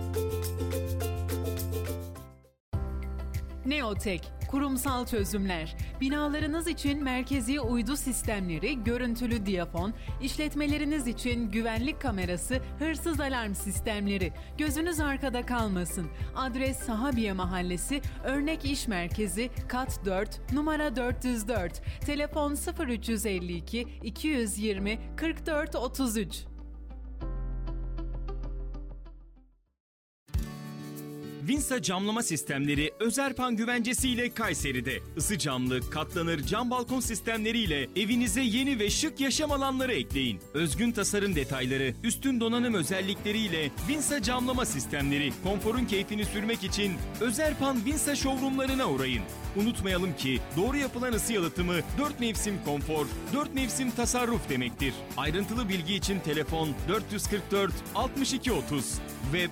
Speaker 8: Neotek, kurumsal çözümler. Binalarınız için merkezi uydu sistemleri, görüntülü diyafon, işletmeleriniz için güvenlik kamerası, hırsız alarm sistemleri. Gözünüz arkada kalmasın. Adres Sahabiye Mahallesi, Örnek İş Merkezi, Kat 4, numara 404. Telefon 0352 220 44 33.
Speaker 4: Vinsa camlama sistemleri Özerpan güvencesiyle Kayseri'de. Isı camlı, katlanır cam balkon sistemleriyle evinize yeni ve şık yaşam alanları ekleyin. Özgün tasarım detayları, üstün donanım özellikleriyle Vinsa camlama sistemleri konforun keyfini sürmek için Özerpan Vinsa showroomlarına uğrayın. Unutmayalım ki doğru yapılan ısı yalıtımı 4 mevsim konfor, 4 mevsim tasarruf demektir. Ayrıntılı bilgi için telefon 444 62 30, web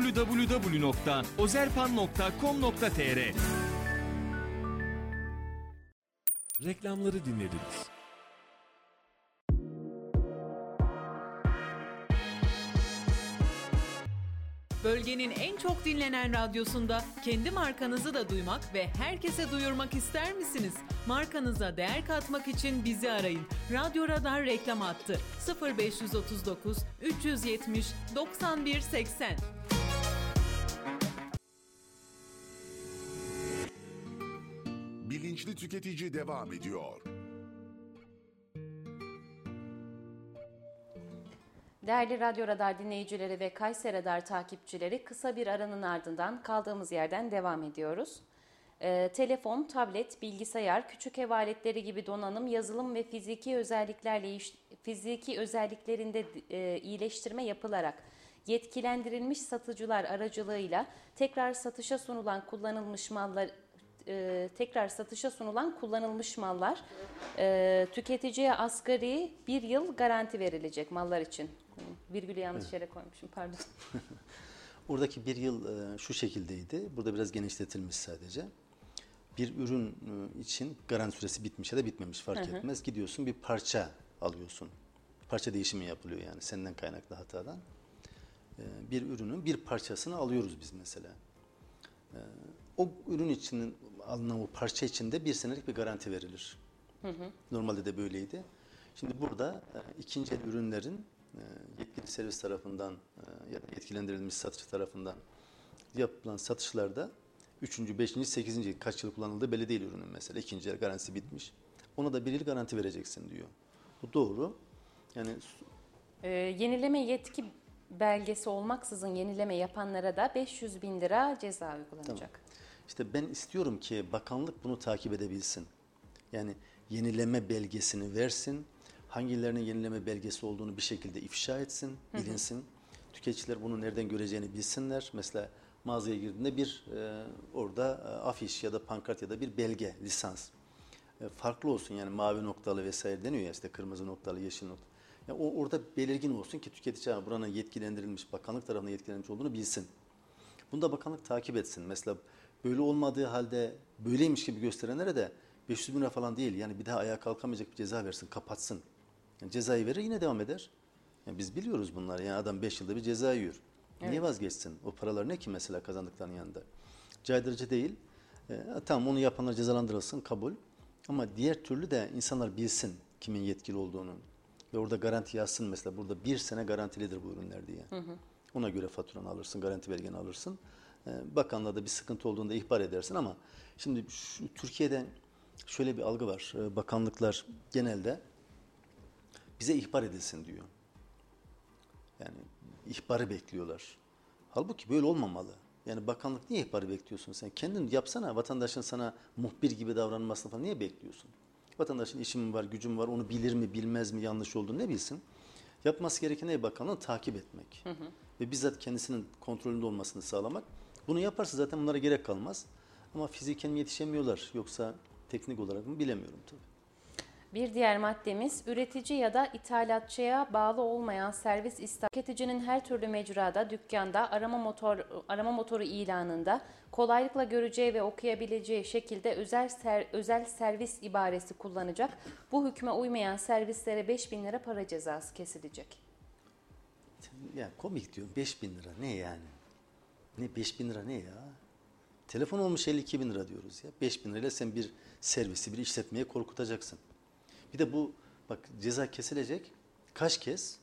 Speaker 4: www.ozerpan.com.tr.
Speaker 9: Reklamları dinlediniz.
Speaker 8: Bölgenin en çok dinlenen radyosunda kendi markanızı da duymak ve herkese duyurmak ister misiniz? Markanıza değer katmak için bizi arayın. Radyo Radar reklam hattı 0539 370 91 80.
Speaker 1: Bilinçli Tüketici devam ediyor.
Speaker 2: Değerli Radyo Radar dinleyicileri ve Kayseri Radar takipçileri, kısa bir aranın ardından kaldığımız yerden devam ediyoruz. Telefon, tablet, bilgisayar, küçük ev aletleri gibi donanım, yazılım ve fiziki özelliklerinde iyileştirme yapılarak yetkilendirilmiş satıcılar aracılığıyla tekrar satışa sunulan kullanılmış mallar tüketiciye asgari 1 yıl garanti verilecek mallar için. Virgülü yanlış yere koymuşum, pardon.
Speaker 3: Oradaki 1 yıl şu şekildeydi. Burada biraz genişletilmiş sadece. Bir ürün için garanti süresi bitmiş ya da bitmemiş fark etmez. Gidiyorsun bir parça alıyorsun. Parça değişimi yapılıyor yani senden kaynaklı hatadan. Bir ürünün bir parçasını alıyoruz biz mesela. O ürün için alınan o parça içinde 1 senelik bir garanti verilir. Normalde de böyleydi. Şimdi burada ikinci el ürünlerin yetkili servis tarafından ya da yetkilendirilmiş satıcı tarafından yapılan satışlarda 3. 5. 8. kaç yıl kullanıldığı belli değil ürünün mesela. İkinci el garantisi bitmiş. Ona da 1 yıl garanti vereceksin diyor. Bu doğru. Yani
Speaker 2: yenileme yetki belgesi olmaksızın yenileme yapanlara da 500.000 lira ceza uygulanacak.
Speaker 3: Tamam. İşte ben istiyorum ki bakanlık bunu takip edebilsin. Yani yenileme belgesini versin. Hangilerinin yenileme belgesi olduğunu bir şekilde ifşa etsin, bilinsin. Tüketiciler bunu nereden göreceğini bilsinler. Mesela mağazaya girdiğinde orada afiş ya da pankart ya da bir belge, lisans. Farklı olsun yani mavi noktalı vesaire deniyor ya işte kırmızı noktalı, yeşil noktalı. Yani orada belirgin olsun ki tüketici buranın yetkilendirilmiş, bakanlık tarafından yetkilendirilmiş olduğunu bilsin. Bunu da bakanlık takip etsin. Mesela böyle olmadığı halde böyleymiş gibi gösterenlere de 500 bin lira falan değil. Yani bir daha ayağa kalkamayacak bir ceza versin, kapatsın. Yani cezayı verir yine devam eder. Yani biz biliyoruz bunları. Yani adam 5 yılda bir ceza yiyor. Evet. Niye vazgeçsin? O paralar ne ki mesela kazandıklarının yanında? Caydırıcı değil. Tamam onu yapanlar cezalandırılsın, kabul. Ama diğer türlü de insanlar bilsin kimin yetkili olduğunu. Ve orada garanti yazsın mesela. Burada 1 sene garantilidir bu ürünler diye. Ona göre faturanı alırsın, garanti belgeni alırsın. Bakanlığa da bir sıkıntı olduğunda ihbar edersin ama şimdi Türkiye'de şöyle bir algı var. Bakanlıklar genelde bize ihbar edilsin diyor. Yani ihbarı bekliyorlar. Halbuki böyle olmamalı. Yani bakanlık niye ihbarı bekliyorsun sen? Kendin yapsana, vatandaşın sana muhbir gibi davranmasını falan niye bekliyorsun? Vatandaşın işi mi var, gücü mü var, onu bilir mi, bilmez mi, yanlış olduğunu ne bilsin? Yapması gereken ne bakanlığı takip etmek. Ve bizzat kendisinin kontrolünde olmasını sağlamak. Bunu yaparsa zaten bunlara gerek kalmaz. Ama fiziken yetişemiyorlar. Yoksa teknik olarak mı bilemiyorum tabii.
Speaker 2: Bir diğer maddemiz üretici ya da ithalatçıya bağlı olmayan servis istasyonu. Tüketicinin her türlü mecrada, dükkanda, arama motoru ilanında kolaylıkla göreceği ve okuyabileceği şekilde özel servis ibaresi kullanacak. Bu hükme uymayan servislere 5.000 lira para cezası kesilecek.
Speaker 3: Ya komik diyorum 5.000 lira ne yani? Ne 5.000 lira ne ya? Telefon olmuş 52.000 lira diyoruz ya. 5.000 lirayla sen bir servisi, bir işletmeye korkutacaksın. Bir de bu bak ceza kesilecek kaç kez?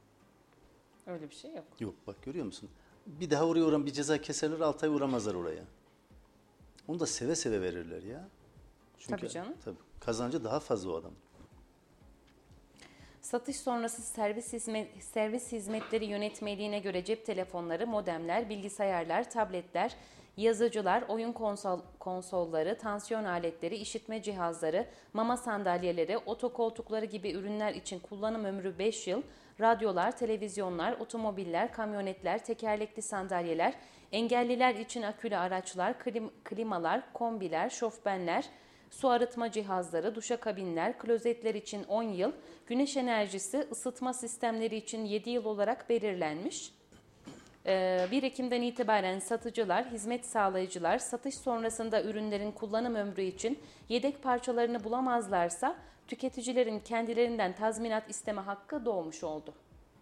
Speaker 2: Öyle bir şey yok.
Speaker 3: Yok bak görüyor musun? Bir daha oraya bir ceza keserler 6 ay uğramazlar oraya. Onu da seve seve verirler ya. Çünkü,
Speaker 2: tabii canım.
Speaker 3: Tabii, kazancı daha fazla o adam.
Speaker 2: Satış sonrası servis hizmetleri yönetmeliğine göre cep telefonları, modemler, bilgisayarlar, tabletler, yazıcılar, oyun konsolları, tansiyon aletleri, işitme cihazları, mama sandalyeleri, otokoltukları gibi ürünler için kullanım ömrü 5 yıl, radyolar, televizyonlar, otomobiller, kamyonetler, tekerlekli sandalyeler, engelliler için akülü araçlar, klimalar, kombiler, şofbenler, su arıtma cihazları, duşakabinler, klozetler için 10 yıl, güneş enerjisi, ısıtma sistemleri için 7 yıl olarak belirlenmiş. 1 Ekim'den itibaren satıcılar, hizmet sağlayıcılar, satış sonrasında ürünlerin kullanım ömrü için yedek parçalarını bulamazlarsa tüketicilerin kendilerinden tazminat isteme hakkı doğmuş oldu.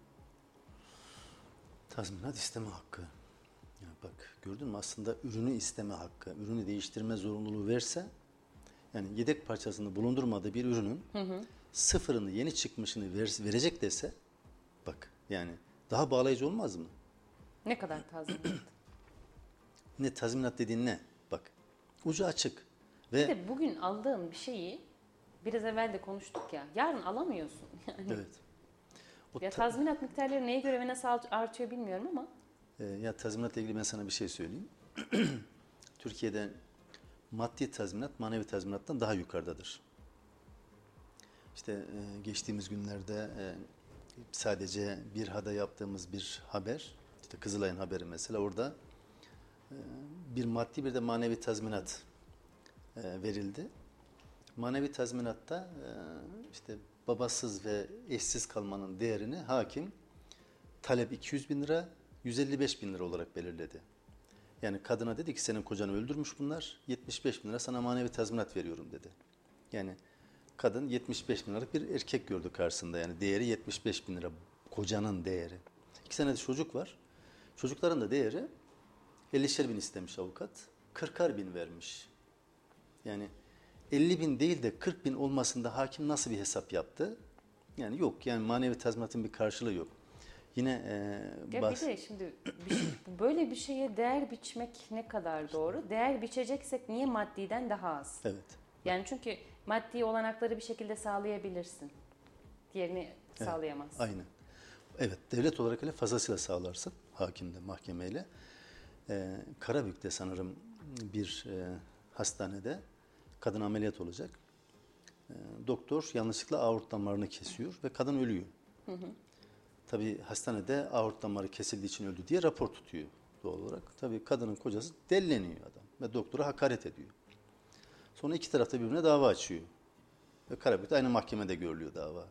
Speaker 3: Tazminat isteme hakkı. Ya bak gördün mü aslında ürünü isteme hakkı, ürünü değiştirme zorunluluğu verse, yani yedek parçasını bulundurmadığı bir ürünün sıfırını, yeni çıkmışını verecek dese, bak yani daha bağlayıcı olmaz mı?
Speaker 2: Ne kadar tazminat?
Speaker 3: Ne tazminat dediğin ne? Bak ucu açık.
Speaker 2: Bir de bugün aldığın bir şeyi biraz evvel de konuştuk ya, yarın alamıyorsun. Yani.
Speaker 3: Evet.
Speaker 2: Ya tazminat miktarları neye göre ve nasıl artıyor bilmiyorum ama.
Speaker 3: Ya tazminatla ilgili ben sana bir şey söyleyeyim. Türkiye'de maddi tazminat manevi tazminattan daha yukarıdadır. İşte geçtiğimiz günlerde sadece bir HA'da yaptığımız bir haber, işte Kızılay'ın haberi mesela, orada bir maddi bir de manevi tazminat verildi. Manevi tazminatta işte babasız ve eşsiz kalmanın değerini hakim talep 200 bin lira, 155 bin lira olarak belirledi. Yani kadına dedi ki senin kocanı öldürmüş bunlar, 75 bin lira sana manevi tazminat veriyorum dedi. Yani kadın 75 bin liralık bir erkek gördü karşısında, yani değeri 75 bin lira, kocanın değeri. 2 tane de çocuk var. Çocukların da değeri 50'şer bin istemiş avukat, 40'ar bin vermiş. Yani 50 bin değil de 40 bin olmasında hakim nasıl bir hesap yaptı? Yani yok, yani manevi tazminatın bir karşılığı yok. Yine
Speaker 2: ya bir de şimdi böyle bir şeye değer biçmek ne kadar doğru? Değer biçeceksek niye maddiden daha az?
Speaker 3: Evet.
Speaker 2: Yani çünkü maddi olanakları bir şekilde sağlayabilirsin. Diğerini sağlayamazsın.
Speaker 3: Aynen. Evet, devlet olarak öyle fazlasıyla sağlarsın, hakimle, mahkemeyle. Karabük'te sanırım bir hastanede kadın ameliyat olacak. Doktor yanlışlıkla aort damarını kesiyor ve kadın ölüyor. Tabii hastanede aort damarı kesildiği için öldü diye rapor tutuyor doğal olarak. Tabii kadının kocası delleniyor adam ve doktora hakaret ediyor. Sonra iki tarafta birbirine dava açıyor. Ve Karabük'te aynı mahkemede görülüyor dava.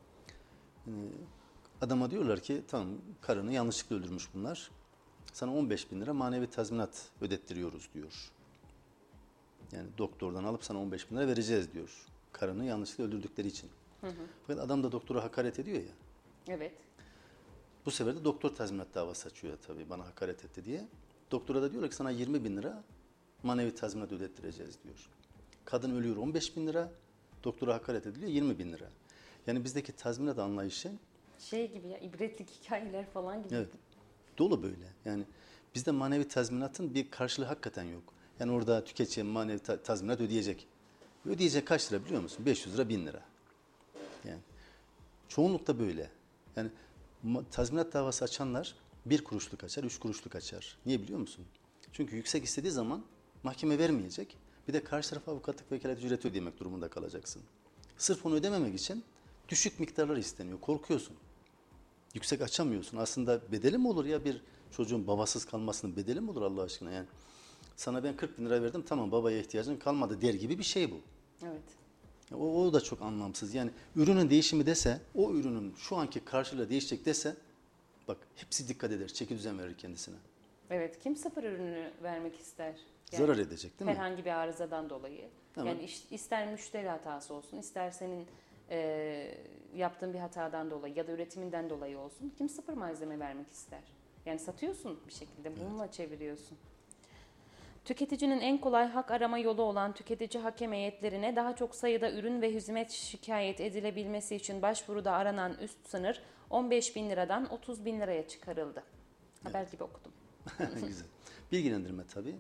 Speaker 3: Adama diyorlar ki tamam, karını yanlışlıkla öldürmüş bunlar. Sana 15 bin lira manevi tazminat ödettiriyoruz diyor. Yani doktordan alıp sana 15 bin lira vereceğiz diyor. Karını yanlışlıkla öldürdükleri için. Fakat adam da doktora hakaret ediyor ya.
Speaker 2: Evet.
Speaker 3: Bu sefer de doktor tazminat davası açıyor tabii, bana hakaret etti diye. Doktora da diyorlar ki sana 20 bin lira manevi tazminat ödettireceğiz diyor. Kadın ölüyor 15 bin lira, doktora hakaret ediliyor 20 bin lira. Yani bizdeki tazminat anlayışı
Speaker 2: şey gibi ya, ibretlik hikayeler falan gibi.
Speaker 3: Evet, dolu böyle. Yani bizde manevi tazminatın bir karşılığı hakikaten yok. Yani orada tüketiciye manevi tazminat ödeyecek. Ödeyecek kaç lira biliyor musun? 500 lira, 1000 lira. Yani çoğunlukta böyle. Yani tazminat davası açanlar 1 kuruşluk açar, 3 kuruşluk açar. Niye biliyor musun? Çünkü yüksek istediği zaman mahkeme vermeyecek. Bir de karşı tarafa avukatlık vekalet ücreti ödemek durumunda kalacaksın. Sırf onu ödememek için düşük miktarlar isteniyor. Korkuyorsun. Yüksek açamıyorsun. Aslında bedeli mi olur ya bir çocuğun babasız kalmasının bedeli mi olur Allah aşkına? Yani sana ben 40 bin lira verdim, tamam babaya ihtiyacın kalmadı der gibi bir şey bu.
Speaker 2: Evet.
Speaker 3: O da çok anlamsız. Yani ürünün değişimi dese, o ürünün şu anki karşılığı değişecek dese, bak hepsi dikkat eder, çeki düzen verir kendisine.
Speaker 2: Evet, kim sıfır ürünü vermek ister? Yani
Speaker 3: zarar edecek değil mi?
Speaker 2: Herhangi bir arızadan dolayı.
Speaker 3: Tamam.
Speaker 2: Yani ister müşteri hatası olsun, ister senin yaptığın bir hatadan dolayı ya da üretiminden dolayı olsun. Kim sıfır malzeme vermek ister? Yani satıyorsun bir şekilde, bununla çeviriyorsun. Tüketicinin en kolay hak arama yolu olan tüketici hakem heyetlerine daha çok sayıda ürün ve hizmet şikayet edilebilmesi için başvuruda aranan üst sınır 15 bin liradan 30 bin liraya çıkarıldı. Haber gibi okudum.
Speaker 3: Güzel. Bilgilendirme tabii.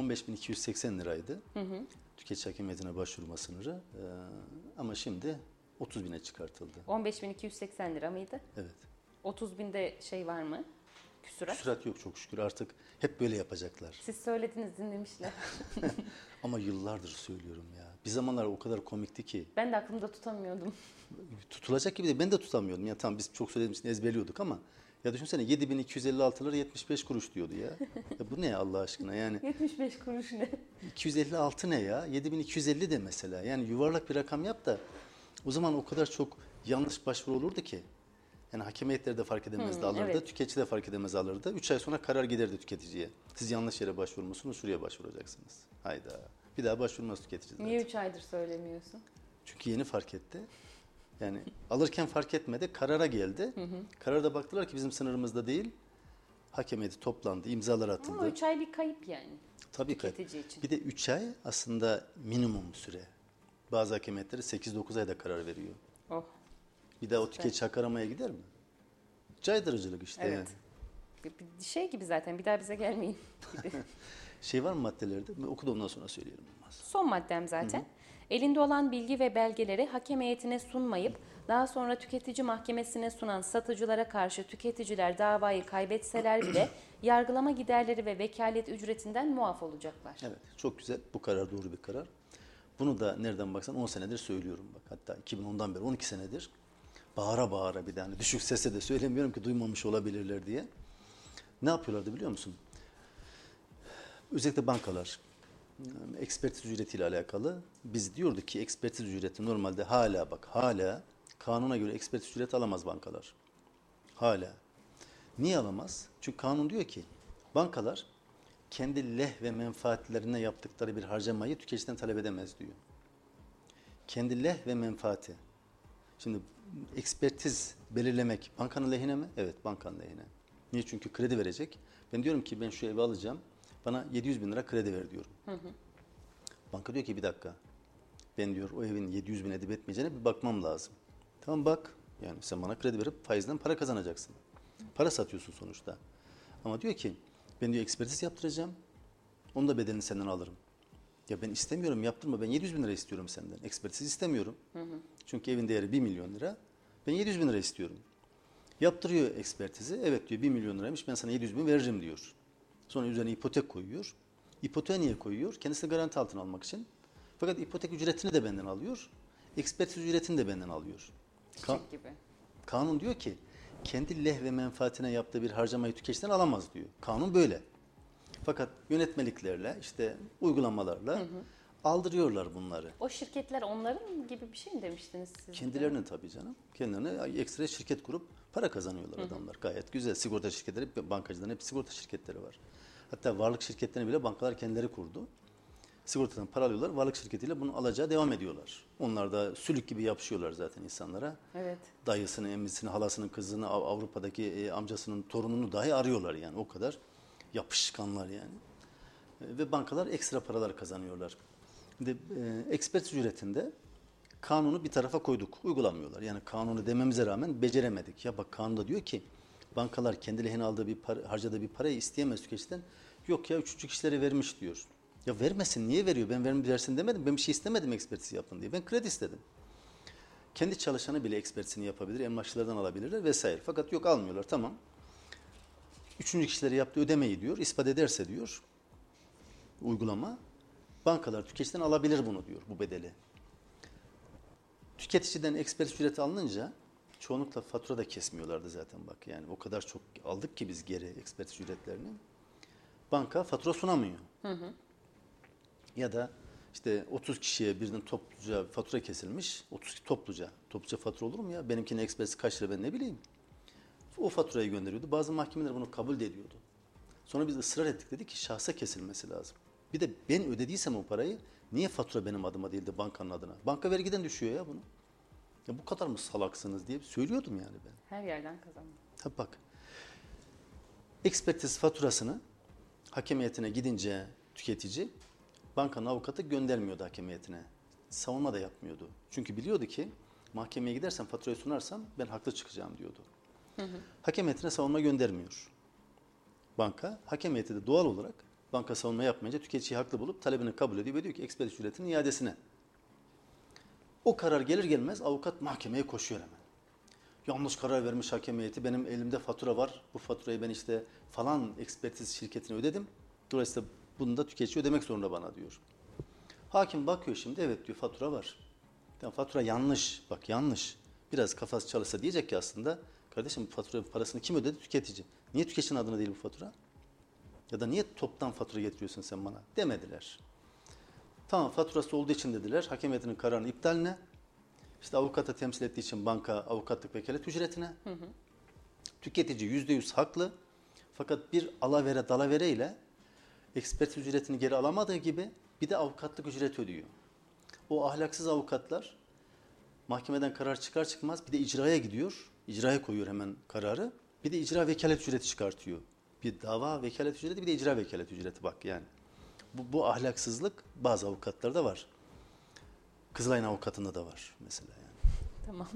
Speaker 3: 15.280 liraydı. Tüketici hakem heyetine başvurma sınırı. Ama şimdi 30.000'e çıkartıldı.
Speaker 2: 15.280 lira mıydı?
Speaker 3: Evet.
Speaker 2: 30.000'de şey var mı? Küsurat.
Speaker 3: Küsurat yok çok şükür, artık hep böyle yapacaklar.
Speaker 2: Siz söylediniz, dinlemişler.
Speaker 3: Ama yıllardır söylüyorum ya. Bir zamanlar o kadar komikti ki.
Speaker 2: Ben de aklımda tutamıyordum.
Speaker 3: Tutulacak gibi de ben de tutamıyordum. Ya tamam biz çok söylediğimiz için ezberliyorduk ama ya düşünsene 7.256 lira 75 kuruş diyordu ya. Ya bu ne ya Allah aşkına yani.
Speaker 2: 75 kuruş ne?
Speaker 3: 256 ne ya? 7.250 de mesela. Yani yuvarlak bir rakam yap da o zaman o kadar çok yanlış başvuru olurdu ki. Yani hakem heyetleri de fark edemezdi, alırdı.
Speaker 2: Evet.
Speaker 3: Tüketici de fark edemez, alırdı. 3 ay sonra karar giderdi tüketiciye. Siz yanlış yere başvurmuşsunuz, şuraya başvuracaksınız. Hayda. Bir daha başvurmaz tüketici zaten.
Speaker 2: Niye 3 aydır söylemiyorsun?
Speaker 3: Çünkü yeni fark etti. Yani alırken fark etmedi, karara geldi. Kararda baktılar ki bizim sınırımızda değil. Hakem heyeti toplandı, imzalar atıldı.
Speaker 2: Ama 3 ay bir kayıp yani.
Speaker 3: Tabii ki.
Speaker 2: Tüketici için.
Speaker 3: Bir de 3 ay aslında minimum süre. Bazı hakem heyetleri 8-9 ayda karar veriyor.
Speaker 2: Oh.
Speaker 3: Bir daha o tüketici hak aramaya gider mi? Caydırıcılık işte.
Speaker 2: Evet.
Speaker 3: Yani.
Speaker 2: Bir şey gibi zaten, bir daha bize gelmeyin gibi.
Speaker 3: Şey var mı maddelerde? Ben okudu ondan sonra söyleyelim.
Speaker 2: Son maddem zaten. Elinde olan bilgi ve belgeleri hakem heyetine sunmayıp daha sonra tüketici mahkemesine sunan satıcılara karşı tüketiciler davayı kaybetseler bile yargılama giderleri ve vekalet ücretinden muaf olacaklar.
Speaker 3: Evet, çok güzel. Bu karar doğru bir karar. Bunu da nereden baksan 10 senedir söylüyorum bak. Hatta 2010'dan beri 12 senedir bağıra bağıra, bir tane düşük sesle de söylemiyorum ki duymamış olabilirler diye. Ne yapıyorlardı biliyor musun? Özellikle bankalar ekspertiz ücretiyle alakalı biz diyorduk ki ekspertiz ücreti normalde hala kanuna göre ekspertiz ücreti alamaz bankalar. Hala. Niye alamaz? Çünkü kanun diyor ki bankalar kendi leh ve menfaatlerine yaptıkları bir harcamayı tüketiciden talep edemez diyor. Kendi leh ve menfaati. Şimdi ekspertiz belirlemek bankanın lehine mi? Evet, bankanın lehine. Niye? Çünkü kredi verecek. Ben diyorum ki ben şu evi alacağım. Bana 700 bin lira kredi ver diyorum. Banka diyor ki bir dakika. Ben diyor o evin 700 bin edip etmeyeceğine bir bakmam lazım. Tamam bak. Yani sen bana kredi verip faizden para kazanacaksın. Para satıyorsun sonuçta. Ama diyor ki ben diyor ekspertiz yaptıracağım. Onun da bedelini senden alırım. Ya ben istemiyorum, yaptırma. Ben 700 bin lira istiyorum senden. Ekspertiz istemiyorum. Çünkü evin değeri 1 milyon lira. Ben 700 bin lira istiyorum. Yaptırıyor ekspertizi. Evet diyor 1 milyon liraymış, ben sana 700 bin veririm diyor. Sonra üzerine ipotek koyuyor. İpoteği niye koyuyor? Kendisini garanti altına almak için. Fakat ipotek ücretini de benden alıyor. Ekspertiz ücretini de benden alıyor.
Speaker 2: Gibi.
Speaker 3: Kanun diyor ki kendi leh ve menfaatine yaptığı bir harcamayı tüketiciden alamaz diyor. Kanun böyle. Fakat yönetmeliklerle işte uygulamalarla aldırıyorlar bunları.
Speaker 2: O şirketler onların gibi bir şey mi demiştiniz siz?
Speaker 3: Kendilerine tabii canım. Kendilerine ekstra şirket kurup para kazanıyorlar adamlar. Gayet güzel. Sigorta şirketleri, bankacıların hep sigorta şirketleri var. Hatta varlık şirketlerini bile bankalar kendileri kurdu. Sigortadan para alıyorlar. Varlık şirketiyle bunu alacağı devam ediyorlar. Onlar da sülük gibi yapışıyorlar zaten insanlara.
Speaker 2: Evet.
Speaker 3: Dayısını, emmisini, halasının kızını, Avrupa'daki amcasının torununu dahi arıyorlar yani. O kadar yapışkanlar yani. Ve bankalar ekstra paralar kazanıyorlar. Şimdi ekspert ücretinde kanunu bir tarafa koyduk. Uygulamıyorlar. Yani kanunu dememize rağmen beceremedik. Ya bak kanunda diyor ki bankalar kendi lehine aldığı bir para, harcadığı bir parayı isteyemez tüketiciden. Yok ya üçüncü kişilere vermiş diyor. Ya vermesin, niye veriyor? Ben versin demedim. Ben bir şey istemedim ekspertiz yapın diye. Ben kredi istedim. Kendi çalışanı bile ekspertizini yapabilir. Emlakçılardan alabilirler vesaire. Fakat yok almıyorlar. Tamam. Üçüncü kişilere yaptığı ödemeyi diyor. İspat ederse diyor uygulama. Bankalar tüketiciden alabilir bunu diyor, bu bedeli. Tüketiciden ekspertiz ücreti alınınca çoğunlukla fatura da kesmiyorlardı zaten bak. Yani o kadar çok aldık ki biz geri ekspertiz ücretlerini. Banka fatura sunamıyor. Ya da işte 30 kişiye birden topluca fatura kesilmiş. 30 topluca. Topluca fatura olur mu ya? Benimkinin ekspertiz kaç lira ben ne bileyim. O faturayı gönderiyordu. Bazı mahkemeler bunu kabul de ediyordu. Sonra biz ısrar ettik, dedik ki şahsa kesilmesi lazım. Bir de ben ödediysem o parayı niye fatura benim adıma değil de bankanın adına? Banka vergiden düşüyor ya bunu. Ya bu kadar mı salaksınız diye söylüyordum yani ben.
Speaker 2: Her yerden kazanıyor.
Speaker 3: Tabii bak. Ekspertiz faturasını hakem heyetine gidince tüketici bankanın avukatı göndermiyordu hakem heyetine. Savunma da yapmıyordu. Çünkü biliyordu ki mahkemeye gidersem faturayı sunarsam ben haklı çıkacağım diyordu. Hakem heyetine savunma göndermiyor. Banka, hakem heyeti de doğal olarak banka savunma yapmayınca tüketiciyi haklı bulup talebini kabul ediyor ve diyor ki ekspertiz ücretinin iadesine. O karar gelir gelmez avukat mahkemeye koşuyor hemen. Yanlış karar vermiş hakem heyeti, benim elimde fatura var. Bu faturayı ben işte falan ekspertiz şirketine ödedim. Dolayısıyla bunu da tüketici ödemek zorunda bana diyor. Hakim bakıyor şimdi, evet diyor, fatura var. Yani fatura yanlış, bak yanlış. Biraz kafası çalışsa diyecek ki aslında, kardeşim bu fatura parasını kim ödedi? Tüketici. Niye tüketicinin adına değil bu fatura? Ya da niye toptan fatura getiriyorsun sen bana? Demediler. Tamam, faturası olduğu için dediler. Hakem heyetinin kararının iptaline, işte avukata temsil ettiği için banka avukatlık vekalet ücretine. Tüketici %100 haklı. Fakat bir alavere dalavere ile ekspertiz ücretini geri alamadığı gibi bir de avukatlık ücreti ödüyor. O ahlaksız avukatlar mahkemeden karar çıkar çıkmaz bir de icraya gidiyor. İcraya koyuyor hemen kararı. Bir de icra vekalet ücreti çıkartıyor. Bir dava vekalet ücreti, bir de icra vekalet ücreti, bak yani. Bu ahlaksızlık bazı avukatlarda var. Kızılay'ın avukatında da var mesela yani.
Speaker 2: Tamam.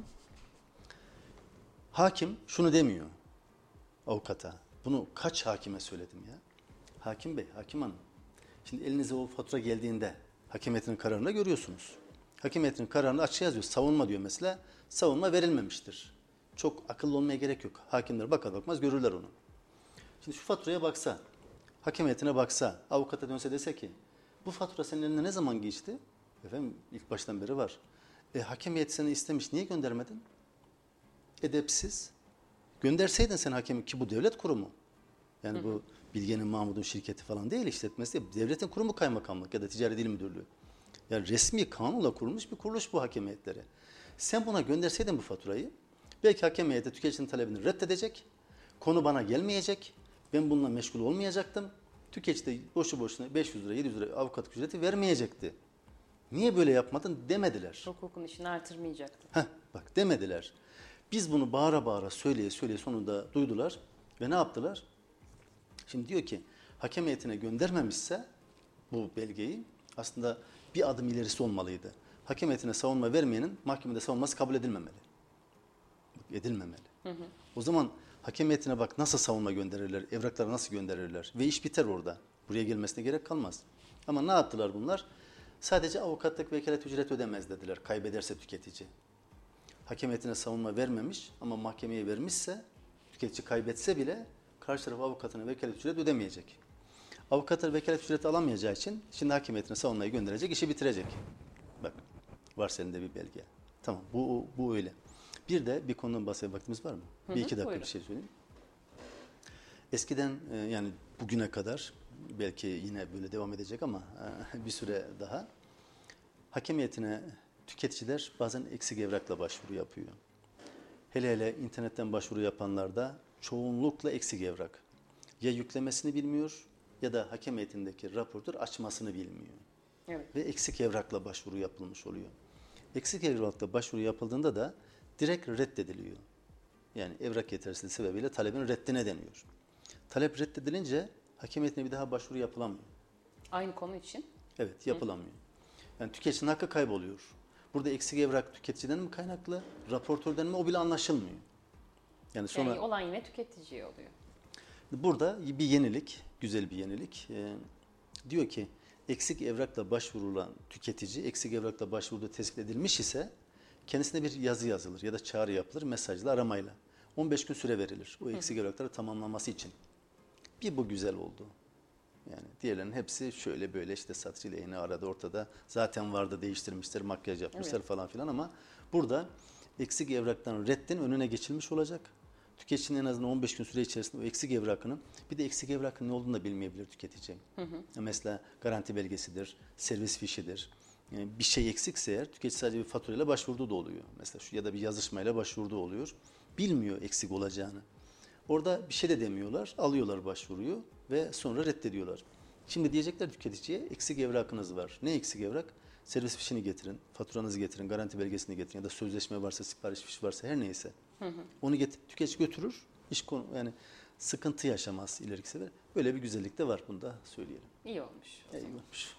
Speaker 3: Hakim şunu demiyor avukata. Bunu kaç hakime söyledim ya. Hakim bey, hakim hanım. Şimdi elinize o fatura geldiğinde hakem heyetinin kararını görüyorsunuz. Hakem heyetinin kararını açığa yazıyor. Savunma diyor mesela. Savunma verilmemiştir. Çok akıllı olmaya gerek yok. Hakimler bakar bakmaz görürler onu. Şimdi şu faturaya baksa, hakem heyetine baksa, avukata dönse dese ki bu fatura senin eline ne zaman geçti? Efendim ilk baştan beri var. Hakem heyeti seni istemiş, niye göndermedin? Edepsiz. Gönderseydin sen hakemi, ki bu devlet kurumu. Yani bu Bilge'nin, Mahmud'un şirketi falan değil, işletmesi değil. Devletin kurumu kaymakamlık ya da ticari dil müdürlüğü. Yani resmi kanunla kurulmuş bir kuruluş bu hakem heyetleri. Sen buna gönderseydin bu faturayı, belki hakem heyeti tüketicinin talebini reddedecek, konu bana gelmeyecek, ben bununla meşgul olmayacaktım. Tüketici de boşu boşuna 500 lira, 700 lira avukatlık ücreti vermeyecekti. Niye böyle yapmadın demediler.
Speaker 2: Hukukun işini artırmayacaktı.
Speaker 3: Bak demediler. Biz bunu bağıra bağıra söyleye söyleye sonunda duydular ve ne yaptılar? Şimdi diyor ki hakem heyetine göndermemişse bu belgeyi aslında bir adım ilerisi olmalıydı. Hakem heyetine savunma vermeyenin mahkemede savunması kabul edilmemeli. Edilmemeli. O zaman hakem heyetine bak nasıl savunma gönderirler, evrakları nasıl gönderirler ve iş biter orada. Buraya gelmesine gerek kalmaz. Ama ne yaptılar bunlar? Sadece avukatlık vekalet ücreti ödemez dediler kaybederse tüketici. Hakem heyetine savunma vermemiş ama mahkemeye vermişse, tüketici kaybetse bile karşı taraf avukatına vekalet ücreti ödemeyecek. Avukatlar vekalet ücreti alamayacağı için şimdi hakem heyetine savunmayı gönderecek, işi bitirecek. Bak, var senin de bir belge. Tamam, bu öyle. Bir de bir konudan bahsedecek vaktimiz var mı? Bir iki dakika
Speaker 2: buyurun.
Speaker 3: bir şey söyleyeyim. Eskiden yani bugüne kadar belki yine böyle devam edecek ama bir süre daha hakem heyetine tüketiciler bazen eksik evrakla başvuru yapıyor. Hele hele internetten başvuru yapanlarda çoğunlukla eksik evrak. Ya yüklemesini bilmiyor ya da hakem heyetindeki raportör açmasını bilmiyor.
Speaker 2: Evet.
Speaker 3: Ve eksik evrakla başvuru yapılmış oluyor. Eksik evrakla başvuru yapıldığında da direkt reddediliyor. Yani evrak yetersizliği sebebiyle talebin reddine deniyor. Talep reddedilince hakem heyetine bir daha başvuru yapılamıyor.
Speaker 2: Aynı konu için?
Speaker 3: Evet, yapılamıyor. Yani tüketicinin hakkı kayboluyor. Burada eksik evrak tüketiciden mi kaynaklı, raportörden mi, o bile anlaşılmıyor. Yani sonra
Speaker 2: Yani olan yine tüketiciye oluyor.
Speaker 3: burada bir yenilik, güzel bir yenilik. Diyor ki eksik evrakla başvurulan tüketici, eksik evrakla başvuruda tespit edilmiş ise kendisine bir yazı yazılır ya da çağrı yapılır mesajla, aramayla. 15 gün süre verilir o eksik evrakları tamamlaması için. Bir bu güzel oldu. Yani diğerlerinin hepsi şöyle böyle işte satıcıyla yeni arada ortada zaten vardı, değiştirmişler, makyaj yapmışlar falan filan ama burada eksik evraktan reddin önüne geçilmiş olacak. Tüketicinin en azından 15 gün süre içerisinde o eksik evrakının, bir de eksik evrakın ne olduğunu da bilmeyebilir tüketici. Mesela garanti belgesidir, servis fişidir. Yani bir şey eksikse eğer tüketici sadece bir faturayla başvurduğu da oluyor. Mesela şu ya da bir yazışmayla başvurduğu oluyor. Bilmiyor eksik olacağını. Orada bir şey de demiyorlar, alıyorlar başvuruyu ve sonra reddediyorlar. Şimdi diyecekler tüketiciye eksik evrakınız var. Ne eksik evrak? Servis fişini getirin, faturanızı getirin, garanti belgesini getirin ya da sözleşme varsa, sipariş fişi varsa her neyse. Onu tüketici götürür, iş konu yani sıkıntı yaşamaz ileriki sefer. Böyle bir güzellik de var, bunu da söyleyelim.
Speaker 2: İyi olmuş.
Speaker 3: İyi olmuş.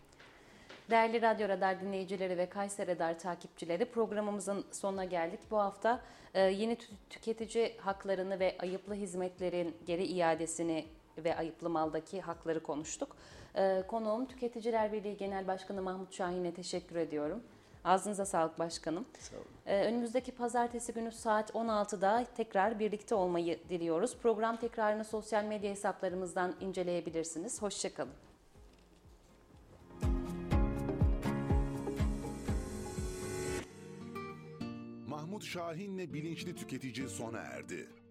Speaker 2: Değerli Radyo Radar dinleyicileri ve Kayseri Radar takipçileri, programımızın sonuna geldik. Bu hafta yeni tüketici haklarını ve ayıplı hizmetlerin geri iadesini ve ayıplı maldaki hakları konuştuk. Konuğum Tüketiciler Birliği Genel Başkanı Mahmut Şahin'e teşekkür ediyorum. Ağzınıza sağlık başkanım.
Speaker 3: Sağ olun.
Speaker 2: Önümüzdeki pazartesi günü saat 16'da tekrar birlikte olmayı diliyoruz. Program tekrarını sosyal medya hesaplarımızdan inceleyebilirsiniz. Hoşçakalın.
Speaker 1: Mahmut Şahin'le Bilinçli Tüketici sona erdi.